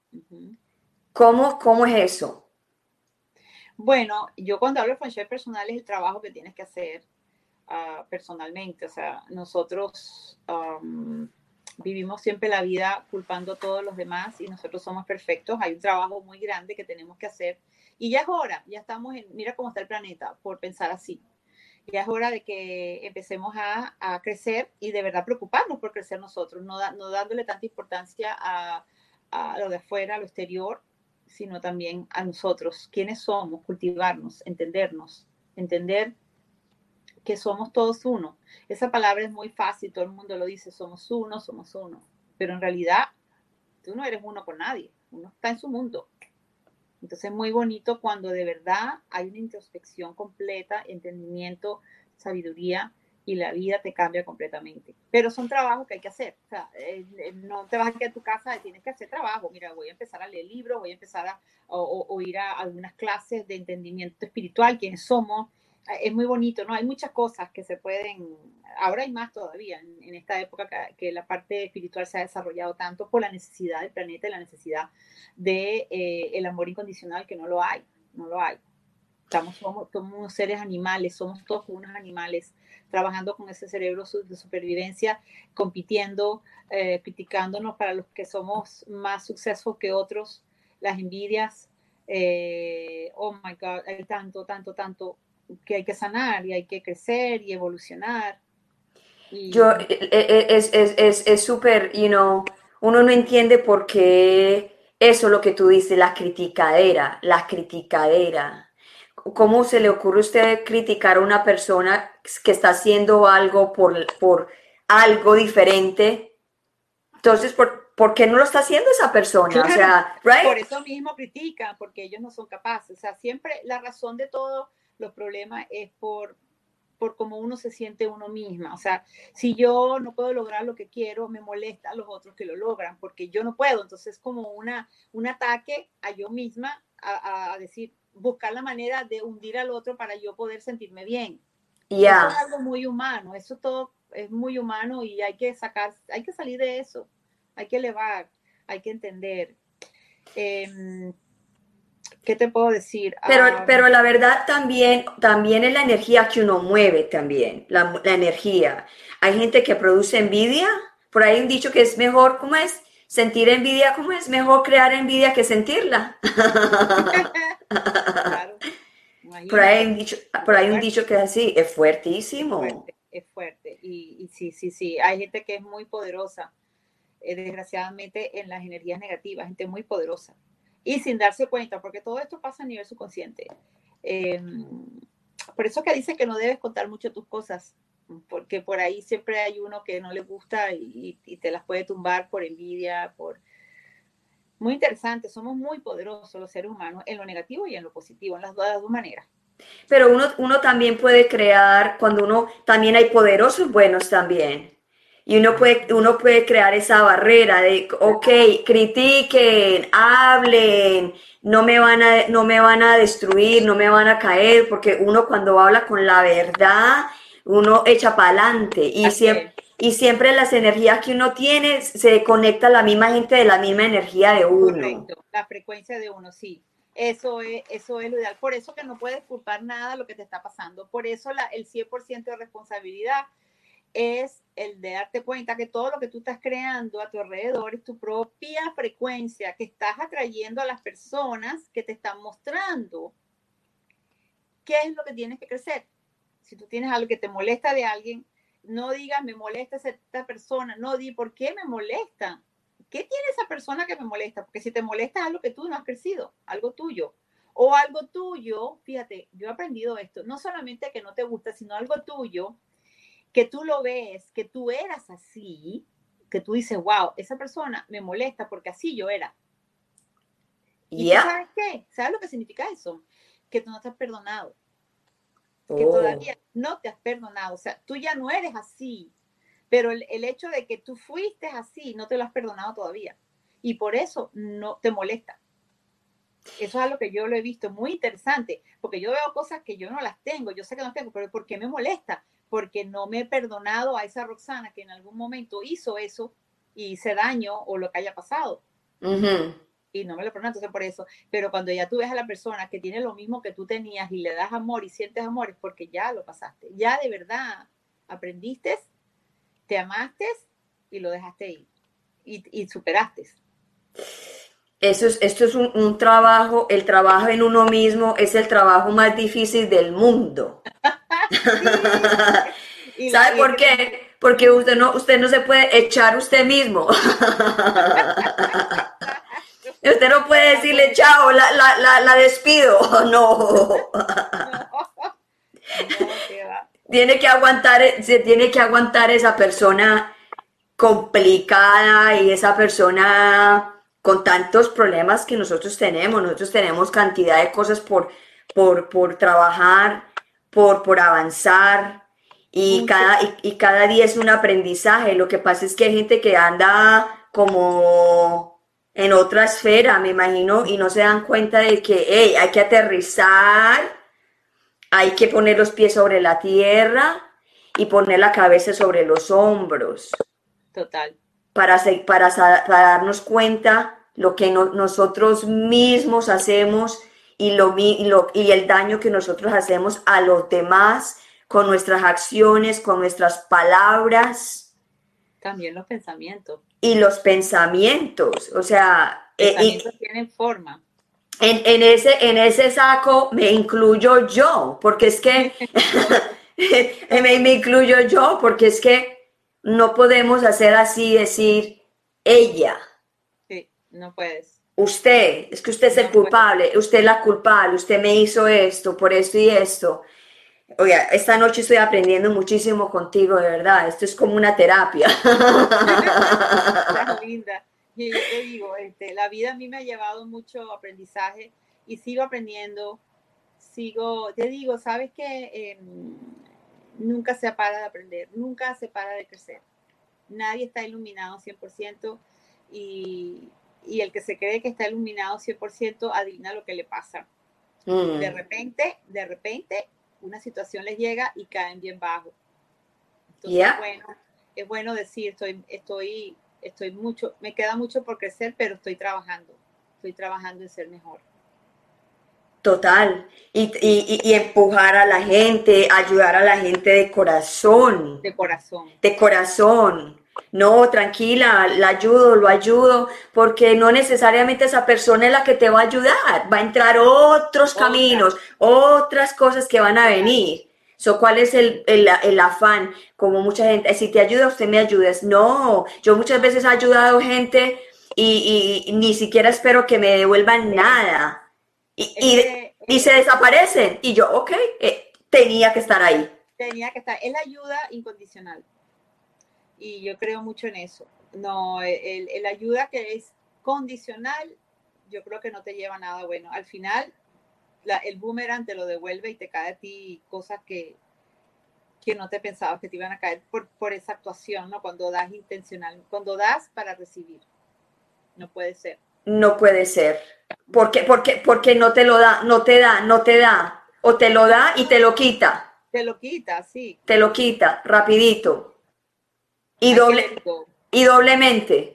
¿Cómo es eso? Bueno, yo cuando hablo de feng shui personal es el trabajo que tienes que hacer personalmente. O sea, nosotros vivimos siempre la vida culpando a todos los demás y nosotros somos perfectos. Hay un trabajo muy grande que tenemos que hacer y ya es hora, ya estamos mira cómo está el planeta por pensar así. Ya es hora de que empecemos a crecer y de verdad preocuparnos por crecer nosotros, no dándole tanta importancia a lo de afuera, a lo exterior, sino también a nosotros, quiénes somos, cultivarnos, entender que somos todos uno. Esa palabra es muy fácil, todo el mundo lo dice, somos uno, pero en realidad tú no eres uno con nadie, uno está en su mundo. Entonces es muy bonito cuando de verdad hay una introspección completa, entendimiento, sabiduría y la vida te cambia completamente. Pero son trabajos que hay que hacer. O sea, no te vas a quedar a tu casa, tienes que hacer trabajo. Mira, voy a empezar a leer libros, voy a empezar o ir a algunas clases de entendimiento espiritual, quiénes somos. Es muy bonito, ¿no? Hay muchas cosas que se pueden, ahora hay más todavía en esta época que la parte espiritual se ha desarrollado tanto por la necesidad del planeta y la necesidad de el amor incondicional, que no lo hay, no lo hay. Somos unos seres animales, somos todos unos animales, trabajando con ese cerebro de supervivencia, compitiendo, criticándonos para los que somos más sucesos que otros, las envidias, oh my God, hay tanto que hay que sanar y hay que crecer y evolucionar. Yo, Y es súper, uno no entiende por qué eso, lo que tú dices, la criticadera. ¿Cómo se le ocurre a usted criticar a una persona que está haciendo algo por algo diferente? Entonces, ¿por qué no lo está haciendo esa persona? O claro, sea, right? por eso mismo critican, porque ellos no son capaces. O sea, siempre la razón de todos los problemas es por cómo uno se siente uno misma. O sea, si yo no puedo lograr lo que quiero, me molesta a los otros que lo logran, porque yo no puedo. Entonces es como un ataque a yo misma, a decir, buscar la manera de hundir al otro para yo poder sentirme bien. Eso es Ya. algo muy humano, eso todo es muy humano y hay que salir de eso, hay que elevar, hay que entender. Eh, ¿Qué te puedo decir? Pero la verdad también es la energía que uno mueve también, la energía. Hay gente que produce envidia, por ahí hay un dicho que es mejor, ¿cómo es? Sentir envidia, ¿cómo es? Mejor crear envidia que sentirla. claro, Por ahí hay imagínate, un dicho, por es ahí hay un dicho fuerte. que es así, es Es fuertísimo. fuerte, es fuerte. Y sí, hay gente que es muy poderosa desgraciadamente, en las energías negativas, gente muy poderosa. Y sin darse cuenta, porque todo esto pasa a nivel subconsciente. Por eso que dicen que no debes contar mucho tus cosas, porque por ahí siempre hay uno que no le gusta y te las puede tumbar por envidia, por... Muy interesante, somos muy poderosos los seres humanos en lo negativo y en lo positivo, en las dos maneras. Pero uno también puede crear, cuando uno, también hay poderosos buenos también. Y uno puede crear esa barrera de, ok, critiquen, hablen, no me van a destruir, no me van a caer, porque uno cuando habla con la verdad, uno echa para adelante. Y siempre las energías que uno tiene se conecta a la misma gente de la misma energía de uno. Correcto, la frecuencia de uno, sí. Eso es lo ideal. Por eso que no puedes culpar nada de lo que te está pasando. Por eso el 100% de responsabilidad es el de darte cuenta que todo lo que tú estás creando a tu alrededor es tu propia frecuencia, que estás atrayendo a las personas que te están mostrando qué es lo que tienes que crecer. Si tú tienes algo que te molesta de alguien, no digas me molesta esta persona, no di por qué me molesta. ¿Qué tiene esa persona que me molesta? Porque si te molesta algo que tú no has crecido, algo tuyo. O algo tuyo, fíjate, yo he aprendido esto, no solamente que no te gusta, sino algo tuyo, que tú lo ves, que tú eras así, que tú dices, wow, esa persona me molesta porque así yo era. ¿Y tú sabes qué? ¿Sabes lo que significa eso? Que tú no te has perdonado. Que todavía no te has perdonado. O sea, tú ya no eres así. Pero el hecho de que tú fuiste así, no te lo has perdonado todavía. Y por eso no te molesta. Eso es algo que yo lo he visto muy interesante, porque yo veo cosas que yo no las tengo, yo sé que no las tengo, pero ¿por qué me molesta? Porque no me he perdonado a esa Roxana que en algún momento hizo eso y hice daño o lo que haya pasado. Y no me lo perdono, entonces por eso. Pero cuando ya tú ves a la persona que tiene lo mismo que tú tenías y le das amor y sientes amor, es porque ya lo pasaste. Ya de verdad aprendiste, te amaste y lo dejaste ir. Y superaste. Esto es un trabajo, el trabajo en uno mismo es el trabajo más difícil del mundo. Sí. ¿Sabe por qué? Porque usted no se puede echar usted mismo. Usted no puede decirle chao, la despido. No. Se tiene que aguantar esa persona complicada y esa persona con tantos problemas que nosotros tenemos. Nosotros tenemos cantidad de cosas por trabajar, por avanzar. Y cada día es un aprendizaje. Lo que pasa es que hay gente que anda como en otra esfera, me imagino, y no se dan cuenta de que hey, hay que aterrizar, hay que poner los pies sobre la tierra y poner la cabeza sobre los hombros. Total. Para darnos cuenta lo que nosotros mismos hacemos y el daño que nosotros hacemos a los demás con nuestras acciones, con nuestras palabras. También los pensamientos. Y los pensamientos, o sea... Pensamientos tienen forma. En ese saco me incluyo yo, porque es que... me incluyo yo, porque es que no podemos hacer así, decir ella. Sí, no puedes. Usted, es que usted es el culpable, usted es la culpable, usted me hizo esto, por esto y esto. Oiga, esta noche estoy aprendiendo muchísimo contigo, de verdad. Esto es como una terapia. Estás linda. Y yo te digo, la vida a mí me ha llevado mucho aprendizaje y sigo aprendiendo. Te digo, ¿sabes qué? Nunca se para de aprender, nunca se para de crecer. Nadie está iluminado 100% y el que se cree que está iluminado 100% adivina lo que le pasa. De repente, una situación les llega y caen bien bajo. Entonces, es bueno decir, me queda mucho por crecer, pero estoy trabajando en ser mejor. Total, y empujar a la gente, ayudar a la gente de corazón. De corazón. No, tranquila, lo ayudo, porque no necesariamente esa persona es la que te va a ayudar. Va a entrar otros caminos, otras cosas que van a venir. So, ¿cuál es el afán? Como mucha gente, si te ayuda, usted me ayudas. No, yo muchas veces he ayudado gente y ni siquiera espero que me devuelvan nada. Y, Es y, que y se desaparecen. Y yo, ok, tenía que estar ahí. tenía que estar, es la ayuda incondicional. Y yo creo mucho en eso. No, el ayuda que es condicional, yo creo que no te lleva a nada bueno. Al final, el boomerang te lo devuelve y te cae a ti cosas que no te pensabas que te iban a caer por esa actuación, ¿no? Cuando das intencional, cuando das para recibir. No puede ser. No puede ser. Porque no te lo da, no te da, no te da. O te lo da y te lo quita. Te lo quita, sí. Te lo quita, rapidito. Y Hay que doble, let it go. y doblemente.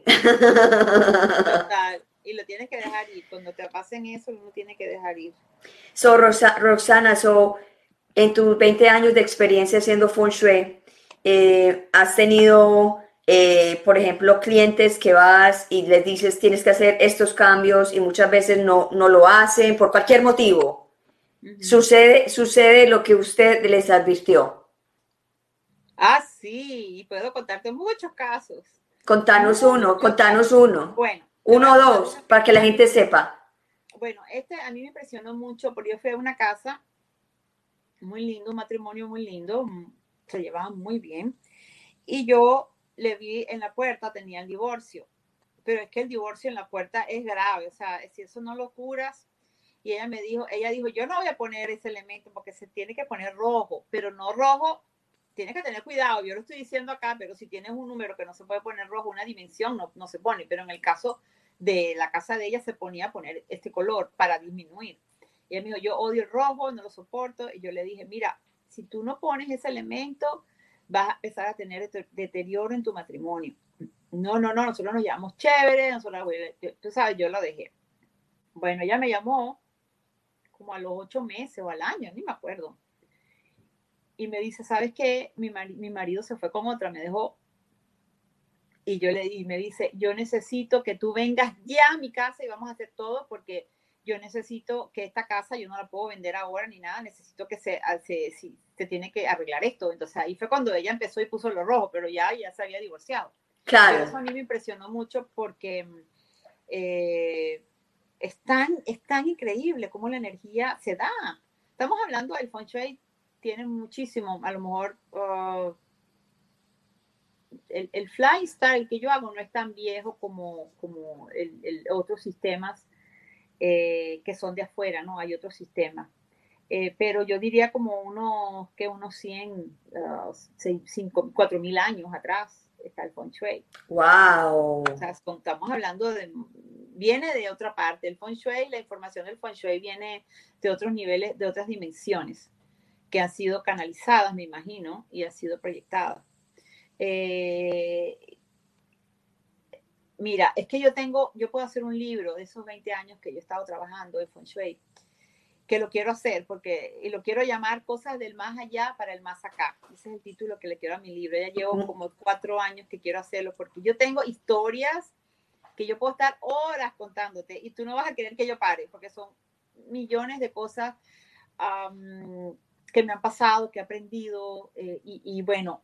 Total. Y lo tienes que dejar ir. Cuando te pasen eso, uno tiene que dejar ir. So, Roxana, so, en tus 20 años de experiencia haciendo Feng Shui, ¿has tenido, por ejemplo, clientes que vas y les dices tienes que hacer estos cambios y muchas veces no lo hacen por cualquier motivo? Ujú. Sucede lo que usted les advirtió. Ah, sí. Y puedo contarte muchos casos. Contanos uno, Muchos contanos casos. uno. Bueno, te voy Uno a o contar dos, uno para que la a mí, gente sepa. bueno, a mí me impresionó mucho porque yo fui a una casa muy lindo, un matrimonio muy lindo, se llevaban muy bien. Y yo le vi en la puerta, tenía el divorcio. Pero es que el divorcio en la puerta es grave, o sea, si eso no lo curas. Y ella dijo, yo no voy a poner ese elemento porque se tiene que poner rojo, pero no rojo, tienes que tener cuidado, yo lo estoy diciendo acá, pero si tienes un número que no se puede poner rojo, una dimensión no se pone, pero en el caso de la casa de ella se ponía a poner este color para disminuir. Y ella me dijo, yo odio el rojo, no lo soporto, y yo le dije, mira, si tú no pones ese elemento, vas a empezar a tener deterioro en tu matrimonio. No, nosotros nos llevamos chévere, nosotros, tú sabes, yo lo dejé. Bueno, ella me llamó como a los 8 meses o al año, ni me acuerdo. Y me dice, ¿sabes qué? Mi marido se fue con otra, me dejó. Y me dice, yo necesito que tú vengas ya a mi casa y vamos a hacer todo porque yo necesito que esta casa, yo no la puedo vender ahora ni nada, necesito que se tiene que arreglar esto. Entonces ahí fue cuando ella empezó y puso lo rojo, pero ya se había divorciado. Pero Claro. eso a mí me impresionó mucho porque eh, es tan increíble cómo la energía se da. Estamos hablando del Feng Shui, tiene muchísimo, a lo mejor el Fly Style que yo hago no es tan viejo como otros sistemas que son de afuera, ¿no? Hay otros sistemas. Pero yo diría como unos 100, 4.000 años atrás está el Feng Shui. Wow. O sea, estamos hablando viene de otra parte. El Feng Shui, la información del Feng Shui viene de otros niveles, de otras dimensiones que han sido canalizadas, me imagino, y han sido proyectadas. Eh, Mira, es que yo puedo hacer un libro de esos 20 años que yo he estado trabajando de Feng Shui, que lo quiero hacer y lo quiero llamar Cosas del Más Allá para el Más Acá. Ese es el título que le quiero a mi libro. Ya llevo como 4 años que quiero hacerlo porque yo tengo historias que yo puedo estar horas contándote y tú no vas a querer que yo pare porque son millones de cosas que me han pasado, que he aprendido y bueno,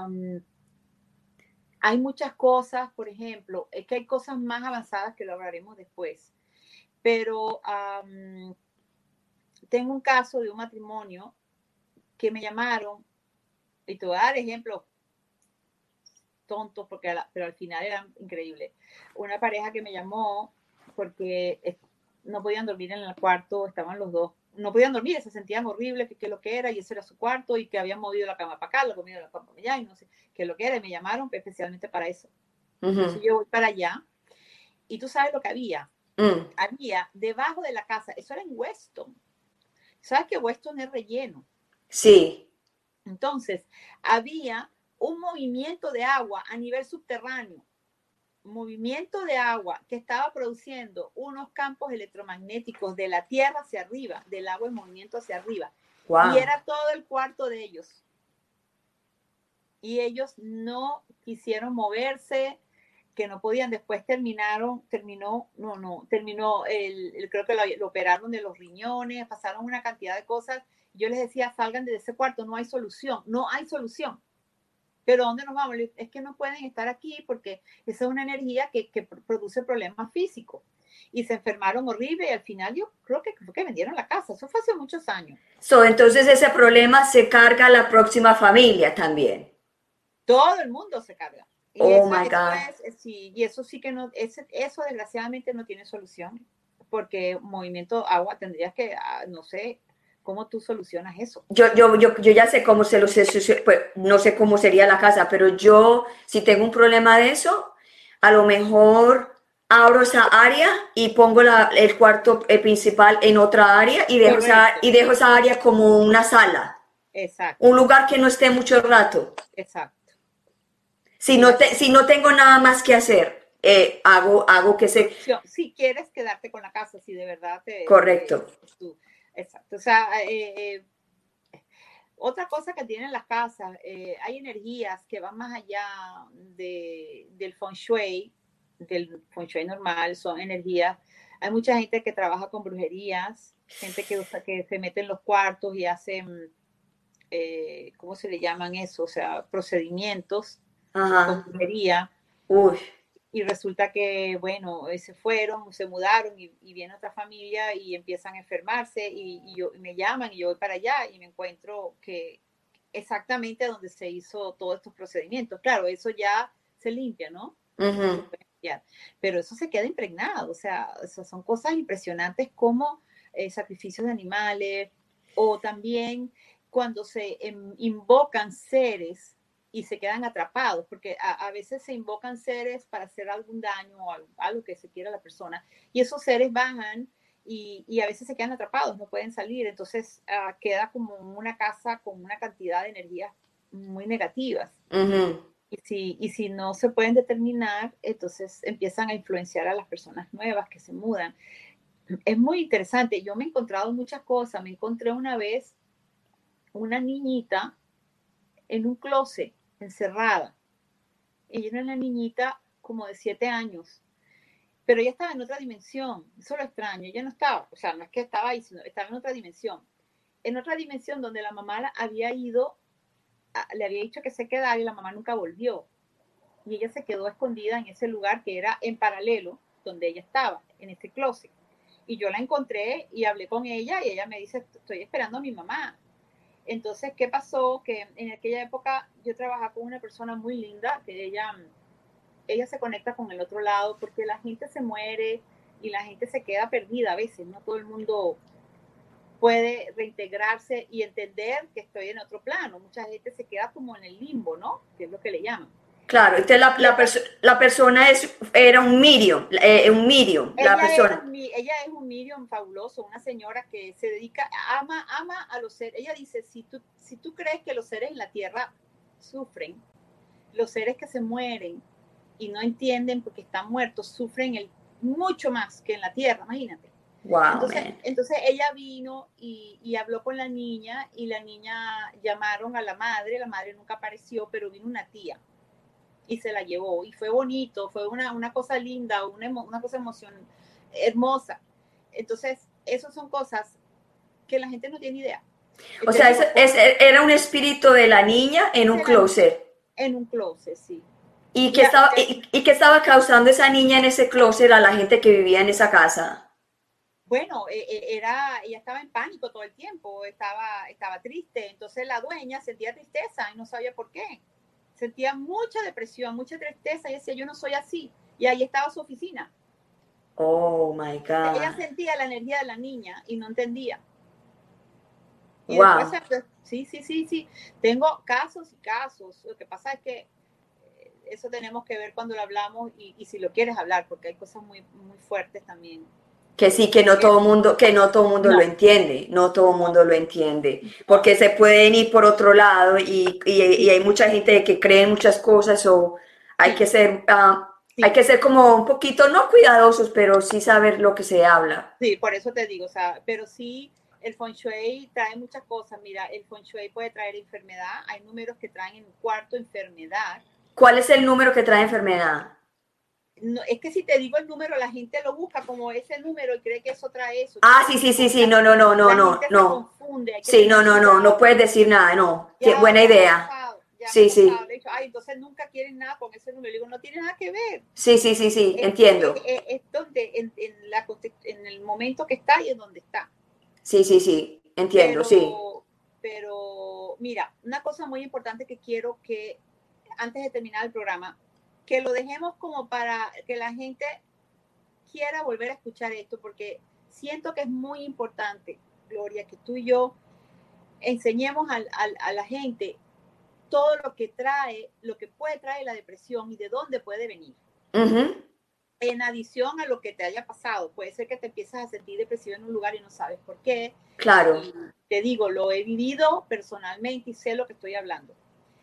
hay muchas cosas, por ejemplo, es que hay cosas más avanzadas que lo hablaremos después, pero tengo un caso de un matrimonio que me llamaron, y te voy a dar ejemplos tontos, pero al final eran increíbles. Una pareja que me llamó porque no podían dormir en el cuarto, estaban los dos, no podían dormir, se sentían horribles, que lo que era, y ese era su cuarto, y que habían movido la cama para acá, lo movido la cama para allá, y no sé qué lo que era, y me llamaron especialmente para eso. Entonces yo voy para allá, y tú sabes lo que había debajo de la casa, eso era en Weston. ¿Sabes que Weston es relleno? Sí. Entonces, había un movimiento de agua a nivel subterráneo, movimiento de agua que estaba produciendo unos campos electromagnéticos de la tierra hacia arriba, del agua en movimiento hacia arriba. Y Wow. era todo el cuarto de ellos. Y ellos no quisieron moverse, que no podían, después terminó, creo que lo operaron de los riñones, pasaron una cantidad de cosas. Yo les decía, salgan de ese cuarto, no hay solución, no hay solución. Pero ¿dónde nos vamos? Es que no pueden estar aquí porque esa es una energía que produce problemas físicos. Y se enfermaron horrible y al final yo creo que vendieron la casa. Eso fue hace muchos años. Entonces ese problema se carga a la próxima familia también. Todo el mundo se carga. Y Oh my God. sí, y eso sí que no, eso desgraciadamente no tiene solución, porque movimiento agua tendrías que, no sé, ¿cómo tú solucionas eso? Yo ya sé cómo pues, no sé cómo sería la casa, pero yo, si tengo un problema de eso, a lo mejor abro esa área y pongo el cuarto principal en otra área y dejo esa área como una sala, Exacto, un lugar que no esté mucho rato. exacto. Si no tengo nada más que hacer, hago que se... Si quieres quedarte con la casa, si de verdad Correcto. exacto. O sea, otra cosa que tienen las casas, hay energías que van más allá del feng shui normal, son energías. Hay mucha gente que trabaja con brujerías, gente que se mete en los cuartos y hacen, ¿cómo se le llaman eso? O sea, procedimientos con brujería. Uy. Y resulta que, bueno, se fueron, se mudaron y viene otra familia y empiezan a enfermarse y me llaman y yo voy para allá y me encuentro que exactamente donde se hizo todos estos procedimientos. Claro, eso ya se limpia, ¿no? Uh-huh. Pero eso se queda impregnado, o sea, son cosas impresionantes como sacrificios de animales o también cuando se invocan seres y se quedan atrapados, porque a veces se invocan seres para hacer algún daño o algo que se quiera la persona, y esos seres bajan y a veces se quedan atrapados, no pueden salir, entonces queda como una casa con una cantidad de energías muy negativas. Uh-huh. Y si no se pueden determinar, entonces empiezan a influenciar a las personas nuevas que se mudan. Es muy interesante, yo me he encontrado muchas cosas, me encontré una vez una niñita en un closet, encerrada. Ella era una niñita como de 7 años, pero ella estaba en otra dimensión, eso es lo extraño, ella no estaba, o sea, no es que estaba ahí, sino estaba en otra dimensión donde la mamá había ido, le había dicho que se quedara y la mamá nunca volvió. Y ella se quedó escondida en ese lugar que era en paralelo donde ella estaba, en ese closet. Y yo la encontré y hablé con ella y ella me dice, estoy esperando a mi mamá. Entonces, ¿qué pasó? Que en aquella época yo trabajaba con una persona muy linda, que ella se conecta con el otro lado porque la gente se muere y la gente se queda perdida a veces, no todo el mundo puede reintegrarse y entender que estoy en otro plano. Mucha gente se queda como en el limbo, ¿no? Que es lo que le llaman. Claro, entonces la persona era un medium, la persona. Ella es un medium fabuloso, una señora que se dedica, ama a los seres. Ella dice, si tú crees que los seres en la tierra sufren, los seres que se mueren y no entienden porque están muertos, sufren mucho más que en la tierra, imagínate. Wow, entonces ella vino y habló con la niña y la niña llamaron a la madre nunca apareció, pero vino una tía y se la llevó y fue bonito, fue una cosa linda, una cosa hermosa. Entonces, esas son cosas que la gente no tiene idea. O sea, era un espíritu de la niña en un closet. En un closet, sí. ¿Y qué estaba causando esa niña en ese closet a la gente que vivía en esa casa? Bueno, ella estaba en pánico todo el tiempo, estaba triste, entonces la dueña sentía tristeza y no sabía por qué. Sentía mucha depresión, mucha tristeza y decía, yo no soy así. Y ahí estaba su oficina. Oh, my God. Ella sentía la energía de la niña y no entendía. Y wow. Después, sí. Tengo casos y casos. Lo que pasa es que eso tenemos que ver cuando lo hablamos y si lo quieres hablar, porque hay cosas muy, muy fuertes también. Que sí, que no todo mundo lo entiende, no todo mundo lo entiende, porque se pueden ir por otro lado y hay mucha gente que cree en muchas cosas o hay que ser, hay que ser como un poquito, no cuidadosos, pero sí saber lo que se habla. Sí, por eso te digo, o sea, pero sí, el feng shui trae muchas cosas. Mira, el feng shui puede traer enfermedad, hay números que traen en un cuarto enfermedad. ¿Cuál es el número que trae enfermedad? no, es que si te digo el número, la gente lo busca como ese número y cree que eso trae eso. Ah, sí, sí, sí, sí, no, no, no, no, La no, gente se no. confunde, hay que Sí, no, tener no, no, no cuidado. puedes decir nada, no. Buena Ya me ha idea. pasado, ya me ha Sí, pasado. sí, De hecho, ay, entonces nunca quieren nada con ese número. Le digo, no tiene nada que ver. sí, sí, sí, sí, entiendo. Es donde, en el momento que está y en donde está. Sí, sí, sí, entiendo, sí. Pero, mira, una cosa muy importante que quiero que, antes de terminar el programa, que lo dejemos como para que la gente quiera volver a escuchar esto, porque siento que es muy importante, Gloria, que tú y yo enseñemos a la gente todo lo que trae, lo que puede traer la depresión y de dónde puede venir. Ujú. En adición a lo que te haya pasado, puede ser que te empieces a sentir depresivo en un lugar y no sabes por qué. Claro. Y te digo, lo he vivido personalmente y sé lo que estoy hablando.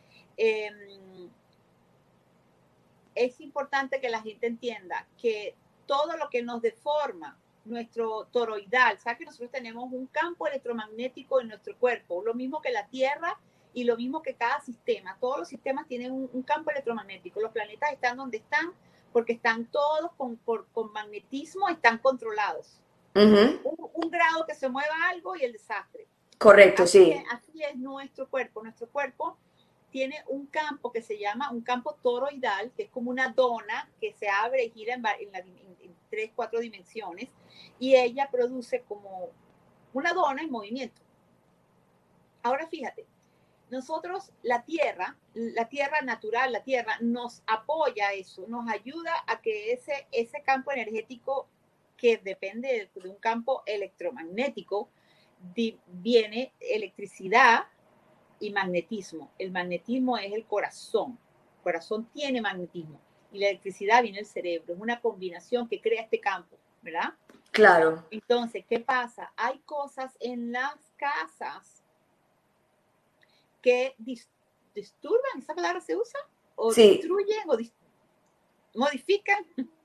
Es importante que la gente entienda que todo lo que nos deforma nuestro toroidal, ¿sabes que nosotros tenemos un campo electromagnético en nuestro cuerpo? Lo mismo que la Tierra y lo mismo que cada sistema. Todos los sistemas tienen un campo electromagnético. Los planetas están donde están porque están todos con magnetismo, están controlados. Ujú. Un grado que se mueva algo y el desastre. Correcto, sí. Así es nuestro cuerpo. Nuestro cuerpo tiene un campo que se llama un campo toroidal, que es como una dona que se abre y gira en 3, 4 dimensiones, y ella produce como una dona en movimiento. Ahora fíjate, nosotros, la tierra natural, la tierra nos apoya eso, nos ayuda a que ese campo energético que depende de un campo electromagnético, viene electricidad y magnetismo. El magnetismo es el corazón. El corazón tiene magnetismo y la electricidad viene del cerebro. Es una combinación que crea este campo, ¿verdad? Claro. Entonces, ¿qué pasa? Hay cosas en las casas que disturban, ¿esa palabra se usa? O Sí. destruyen o modifican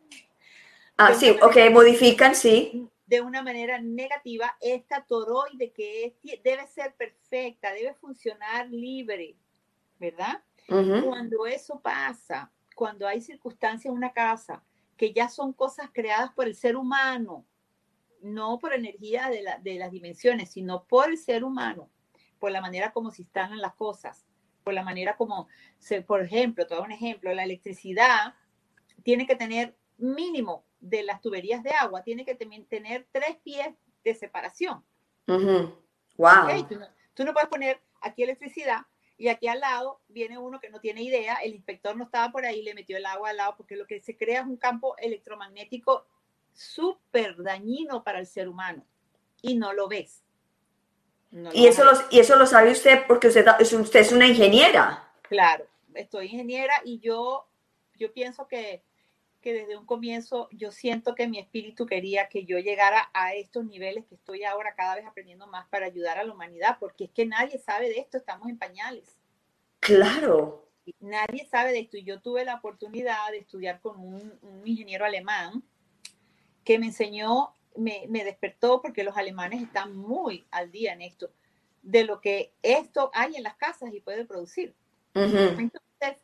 Ah, de una sí, ok, manera modifican, sí. negativa esta toroide que debe ser perfecta, debe funcionar libre, ¿verdad? Ujú. Cuando eso pasa, cuando hay circunstancias en una casa que ya son cosas creadas por el ser humano, no por energía de las dimensiones, sino por el ser humano, por la manera como se instalan las cosas, por la manera como, por ejemplo, te doy un ejemplo, la electricidad tiene que tener mínimo de las tuberías de agua, tiene que tener 3 pies de separación. Ujú. ¿Ok? Wow. Tú no puedes poner aquí electricidad y aquí al lado viene uno que no tiene idea, el inspector no estaba por ahí, le metió el agua al lado, porque lo que se crea es un campo electromagnético súper dañino para el ser humano y no lo ves, no lo vas a ver. Y eso lo sabe usted porque usted es una ingeniera. Claro, estoy ingeniera y yo pienso que desde un comienzo yo siento que mi espíritu quería que yo llegara a estos niveles que estoy ahora cada vez aprendiendo más para ayudar a la humanidad, porque es que nadie sabe de esto, estamos en pañales. Claro. Nadie sabe de esto y yo tuve la oportunidad de estudiar con un ingeniero alemán que me enseñó, me despertó porque los alemanes están muy al día en esto, de lo que esto hay en las casas y puede producir. Ujú. Entonces,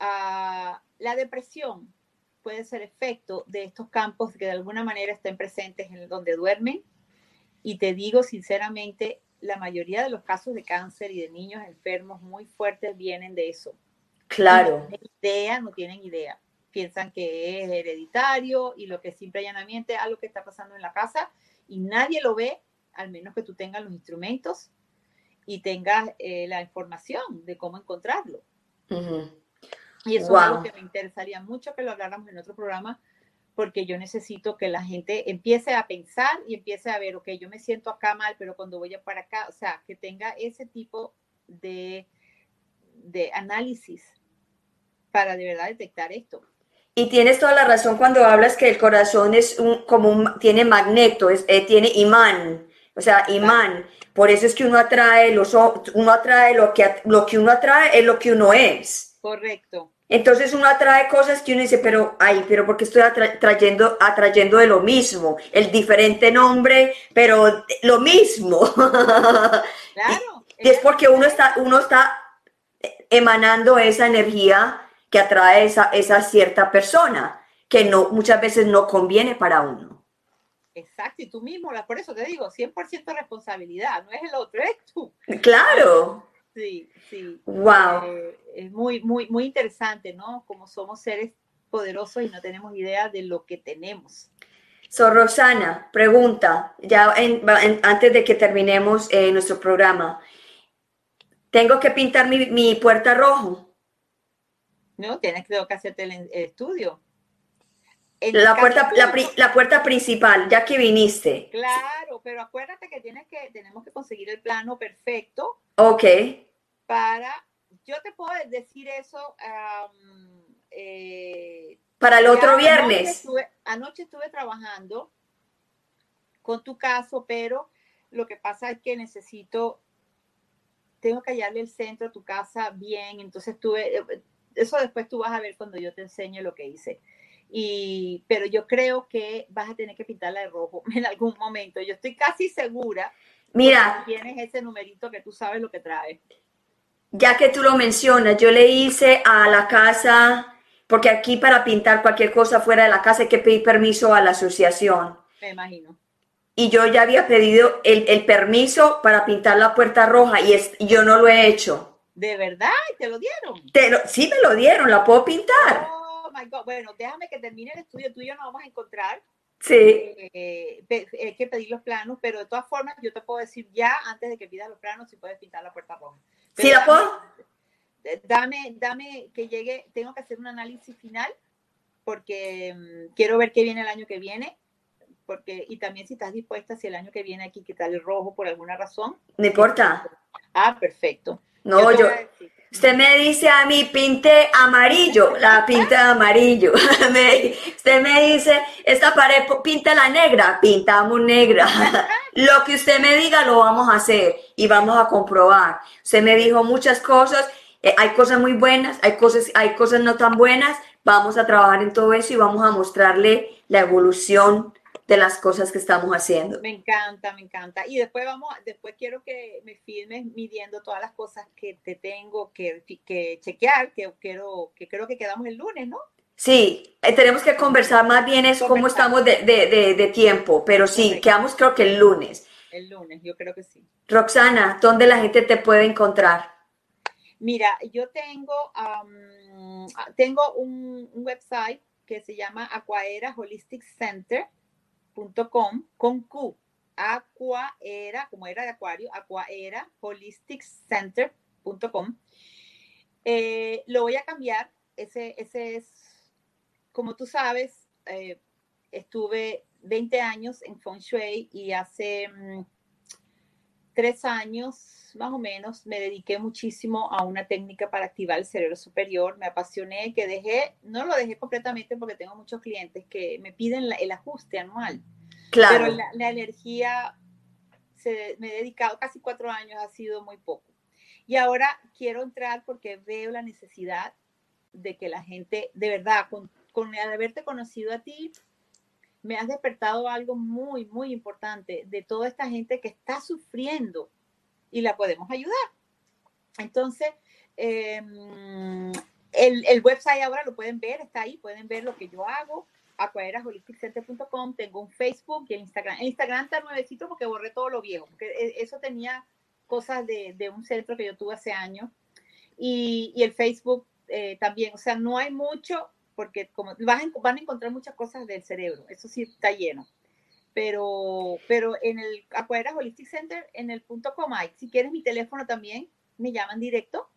la depresión puede ser efecto de estos campos que de alguna manera estén presentes en donde duermen. Y te digo sinceramente, la mayoría de los casos de cáncer y de niños enfermos muy fuertes vienen de eso. Y Claro. no tienen idea. Piensan que es hereditario y lo que es simple y llanamente es algo que está pasando en la casa y nadie lo ve, al menos que tú tengas los instrumentos y tengas la información de cómo encontrarlo. Ujú. Y eso es algo Wow. que me interesaría mucho que lo habláramos en otro programa, porque yo necesito que la gente empiece a pensar y empiece a ver, ok, yo me siento acá mal, pero cuando voy a para acá, o sea, que tenga ese tipo de análisis para de verdad detectar esto. Y tienes toda la razón cuando hablas que el corazón es tiene magneto, tiene imán, o sea, Claro, imán. Por eso es que uno atrae lo que uno atrae es lo que uno es. correcto. Entonces uno atrae cosas que uno dice, pero ¿por qué estoy atrayendo de lo mismo? El diferente nombre, pero lo mismo. Claro, Y es porque exacto. uno está emanando esa energía que atrae esa cierta persona. que no, muchas veces no conviene para uno. Exacto, y tú mismo, por eso te digo, 100% responsabilidad, no es el otro, es tú. Claro. Sí, sí. Wow. Es muy, muy, muy interesante, ¿no? Como somos seres poderosos y no tenemos idea de lo que tenemos. So, Roxana, pregunta, ya antes de que terminemos nuestro programa, ¿tengo que pintar mi puerta rojo? No, tengo que hacerte el estudio. En el La caso puerta, tuyo, la puerta principal, ya que viniste. claro, pero acuérdate que tenemos que conseguir el plano perfecto Ok. para, yo te puedo decir eso, Para el ya otro viernes. anoche estuve trabajando con tu caso, pero lo que pasa es que tengo que hallarle el centro a tu casa bien, entonces eso después tú vas a ver cuando yo te enseñe lo que hice. Pero yo creo que vas a tener que pintarla de rojo en algún momento. Yo estoy casi segura porque Mira, tienes ese numerito que tú sabes lo que trae. ya que tú lo mencionas, yo le hice a la casa, porque aquí para pintar cualquier cosa fuera de la casa hay que pedir permiso a la asociación. Me imagino. Y yo ya había pedido el permiso para pintar la puerta roja y yo no lo he hecho. ¿De verdad? ¿Te lo dieron? Sí me lo dieron, la puedo pintar. Oh, my God. Bueno, déjame que termine el estudio. Tú y yo nos vamos a encontrar. Sí, Hay que pedir los planos, pero de todas formas yo te puedo decir ya antes de que pidas los planos si puedes pintar la puerta roja. sí Pero la puedo. dame que llegue, tengo que hacer un análisis final porque quiero ver qué viene el año que viene, y también si estás dispuesta, si el año que viene hay que quitarle el rojo por alguna razón. No importa. Perfecto. Yo No, te voy a decir. usted me dice a mí, pinte amarillo, la pinta de amarillo. Usted me dice, esta pared pinta la negra, pintamos negra. Lo que usted me diga lo vamos a hacer y vamos a comprobar. Usted me dijo muchas cosas, hay cosas muy buenas, hay cosas no tan buenas. Vamos a trabajar en todo eso y vamos a mostrarle la evolución de las cosas que estamos haciendo. Me encanta, me encanta. Y después quiero que me filmes midiendo todas las cosas que te tengo que chequear, que creo que quedamos el lunes, ¿no? Sí, tenemos que conversar más bien es cómo Conversar. estamos de tiempo, pero sí, Correcto. quedamos creo que el lunes. El lunes, yo creo que sí. Roxana, ¿dónde la gente te puede encontrar? Mira, yo tengo un website que se llama aquaeraholisticCenter.com con Q. Aquaera, como era de acuario, aquaeraholisticCenter.com. Lo voy a cambiar. Ese es, como tú sabes, estuve 20 años en Feng Shui y hace 3 años más o menos me dediqué muchísimo a una técnica para activar el cerebro superior. Me apasioné, no lo dejé completamente porque tengo muchos clientes que me piden el ajuste anual. Claro. Pero la energía, me he dedicado casi 4 años, ha sido muy poco. Y ahora quiero entrar porque veo la necesidad de que la gente, de verdad, con haberte conocido a ti, me has despertado algo muy, muy importante de toda esta gente que está sufriendo y la podemos ayudar. Entonces, el website ahora lo pueden ver, está ahí, pueden ver lo que yo hago, aquaeraholisticCenter.com, tengo un Facebook y el Instagram. El Instagram está nuevecito porque borré todo lo viejo, porque eso tenía cosas de un centro que yo tuve hace años. Y el Facebook también, o sea, no hay mucho, porque como van a encontrar muchas cosas del cerebro, eso sí está lleno. Pero en el Aquaera Holistic Center, en el .com hay. Si quieres mi teléfono también, me llaman directo,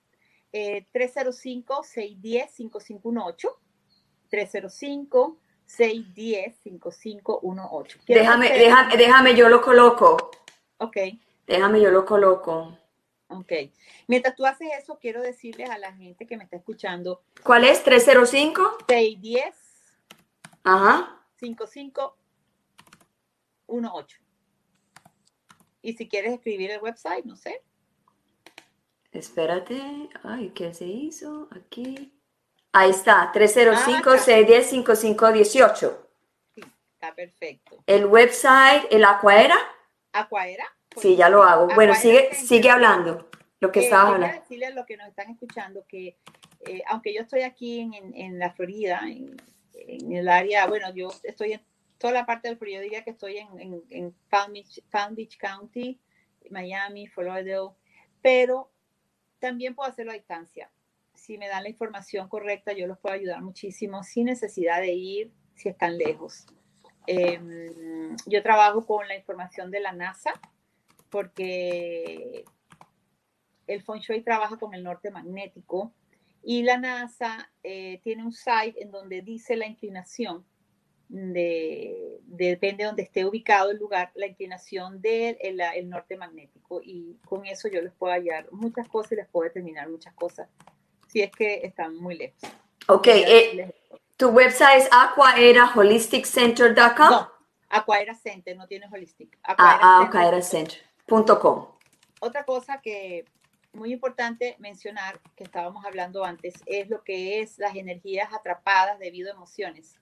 305-610-5518, 305-610-5518. Déjame, yo lo coloco. Ok. Déjame, yo lo coloco. Ok. Mientras tú haces eso, quiero decirles a la gente que me está escuchando. ¿Cuál es? 305. 610. Ajá. 5518. Y si quieres escribir el website, no sé. Espérate. Ay, ¿qué se hizo? Aquí. Ahí está. 305-610-5518. Sí, está perfecto. El website, el Aquaera. Aquaera. Sí, ya lo hago. Bueno, sigue hablando. Lo que estabas Quería hablando. decirle a los que nos están escuchando que aunque yo estoy aquí en la Florida, en el área, bueno, yo estoy en toda la parte del Florida, yo diría que estoy en Palm Beach County, Miami, Fort Lauderdale, pero también puedo hacerlo a distancia. Si me dan la información correcta, yo los puedo ayudar muchísimo sin necesidad de ir si están lejos. Yo trabajo con la información de la NASA porque el Feng Shui trabaja con el norte magnético y la NASA tiene un site en donde dice la inclinación depende de donde esté ubicado el lugar, la inclinación del norte magnético, y con eso yo les puedo hallar muchas cosas y les puedo determinar muchas cosas si es que están muy lejos. Ok, ¿tu website es aquaeraholisticCenter.com? No, Aquaera Center, no tiene holistic. Aquaeracenter.com. Otra cosa que muy importante mencionar, que estábamos hablando antes, es lo que es las energías atrapadas debido a emociones.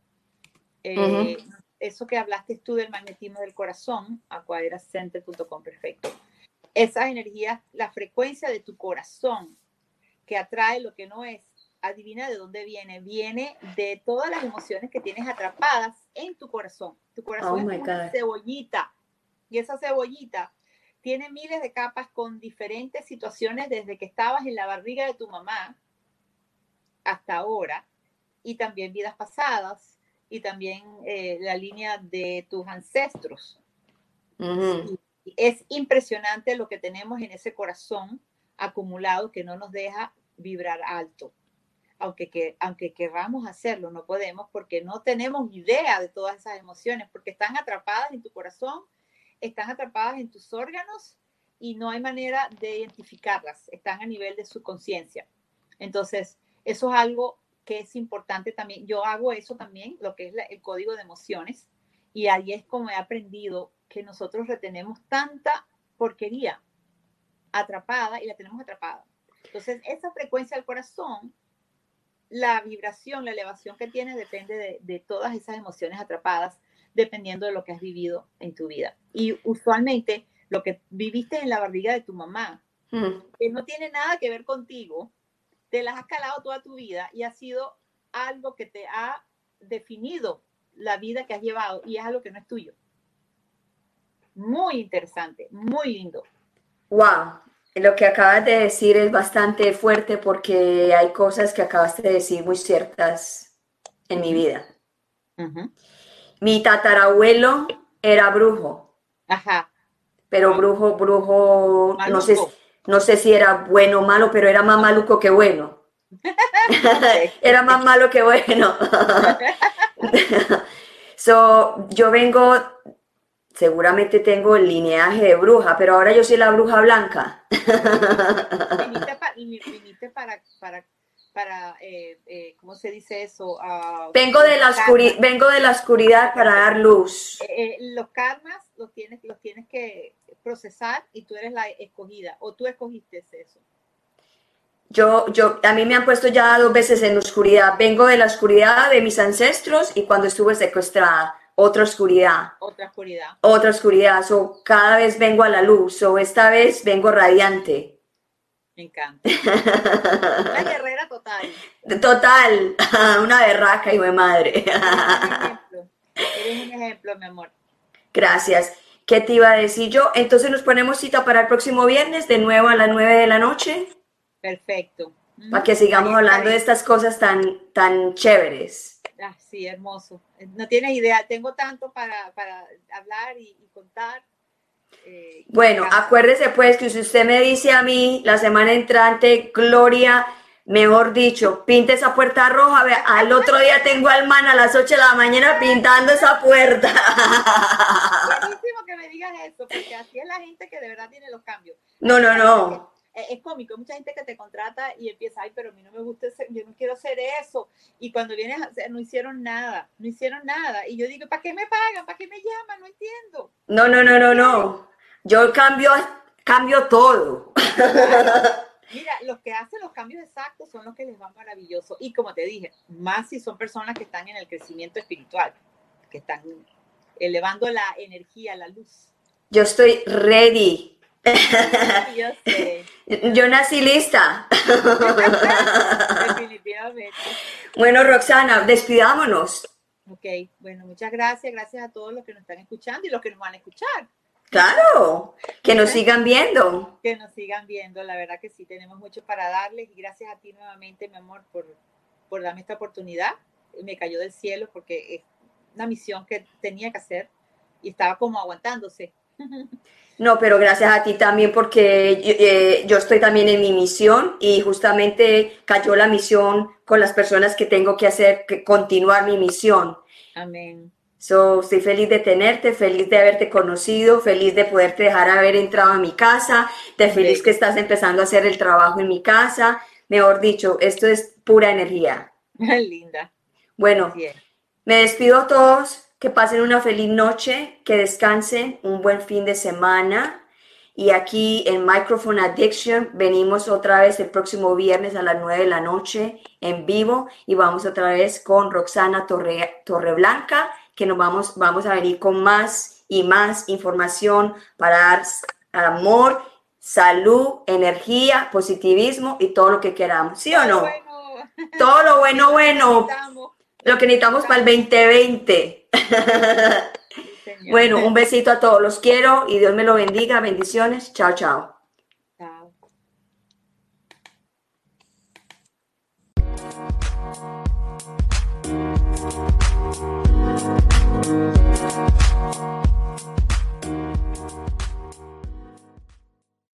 Eso que hablaste tú del magnetismo del corazón, aquaeracenter.com, perfecto. Esas energías, la frecuencia de tu corazón que atrae lo que no es, adivina de dónde viene. Viene de todas las emociones que tienes atrapadas en tu corazón. Tu corazón es como una cebollita, y esa cebollita tiene miles de capas con diferentes situaciones desde que estabas en la barriga de tu mamá hasta ahora, y también vidas pasadas, y también la línea de tus ancestros. Es impresionante lo que tenemos en ese corazón acumulado que no nos deja vibrar alto. Aunque querramos hacerlo, no podemos porque no tenemos idea de todas esas emociones, porque están atrapadas en tu corazón, están atrapadas en tus órganos y no hay manera de identificarlas, están a nivel de subconsciencia. Entonces, eso es algo que es importante también. Yo hago eso también, lo que es el código de emociones, y ahí es como he aprendido que nosotros retenemos tanta porquería atrapada y la tenemos atrapada. Entonces, esa frecuencia del corazón, la vibración, la elevación que tiene depende de todas esas emociones atrapadas, dependiendo de lo que has vivido en tu vida. Y usualmente lo que viviste en la barriga de tu mamá, que no tiene nada que ver contigo, te las has calado toda tu vida y ha sido algo que te ha definido la vida que has llevado y es algo que no es tuyo. Muy interesante, muy lindo. Wow, lo que acabas de decir es bastante fuerte porque hay cosas que acabaste de decir muy ciertas en mi vida. Mi tatarabuelo era brujo. Ajá. Pero brujo, no sé si era bueno o malo, pero era más maluco que bueno. Era más malo que bueno. Yo vengo, seguramente tengo el lineaje de bruja, pero ahora yo soy la bruja blanca. Viniste para ¿cómo se dice eso? Vengo de la oscuridad para dar luz. Los karmas los tienes que procesar y tú eres la escogida, o tú escogiste eso. A mí me han puesto ya 2 veces en la oscuridad. Vengo de la oscuridad de mis ancestros y cuando estuve secuestrada, otra oscuridad. Otra oscuridad. Otra oscuridad. Cada vez vengo a la luz. Esta vez vengo radiante. Me encanta. Una guerrera total. Total. Una berraca, hijo de madre. Eres un ejemplo, mi amor. Gracias. ¿Qué te iba a decir yo? Entonces nos ponemos cita para el próximo viernes, de nuevo a las 9 de la noche. Perfecto. Para que sigamos hablando de estas cosas tan chéveres. Sí, hermoso. No tienes idea, tengo tanto para hablar y contar. Bueno, acuérdese pues que si usted me dice a mí la semana entrante, Gloria, mejor dicho, pinte esa puerta roja, vea, al otro día tengo al man a las 8 de la mañana pintando esa puerta. Buenísimo que me digas eso, porque así es la gente que de verdad tiene los cambios. No. Es cómico, hay mucha gente que te contrata y empieza, ay, pero a mí no me gusta, yo no quiero hacer eso. Y cuando vienes a hacer, no hicieron nada. Y yo digo, ¿para qué me pagan? ¿Para qué me llaman? No entiendo. No. Yo cambio todo. Mira, los que hacen los cambios exactos son los que les va maravilloso. Y como te dije, más si son personas que están en el crecimiento espiritual, que están elevando la energía, la luz. Yo estoy ready Sí, yo sé. Yo nací lista. Definitivamente. Bueno, Roxana, despidámonos. Ok, bueno, muchas gracias. Gracias a todos los que nos están escuchando y los que nos van a escuchar. Claro, que nos sigan viendo. Que nos sigan viendo. La verdad que sí, tenemos mucho para darles. Y gracias a ti nuevamente, mi amor, por darme esta oportunidad. Me cayó del cielo porque es una misión que tenía que hacer y estaba como aguantándose. No, pero gracias a ti también porque yo estoy también en mi misión y justamente cayó la misión con las personas que tengo que hacer, que continuar mi misión. Amén. So, estoy feliz de tenerte, feliz de haberte conocido, feliz de poderte dejar haber entrado a mi casa, de feliz que Bello. estás empezando a hacer el trabajo en mi casa. Mejor dicho, esto es pura energía. Linda. Bueno, Así es. me despido a todos, que pasen una feliz noche, que descansen, un buen fin de semana. Y aquí en Microphone Addiction venimos otra vez el próximo viernes a las 9 de la noche en vivo y vamos otra vez con Roxana Torreblanca, que vamos a venir con más y más información para dar amor, salud, energía, positivismo y todo lo que queramos. ¿Sí o Todo lo no? bueno. Todo lo bueno, Lo que bueno. necesitamos. Lo Lo que que necesitamos para el necesitamos. 2020. Sí, señor. Bueno, un besito a todos. Los quiero y Dios me lo bendiga. Bendiciones. Chao, chao.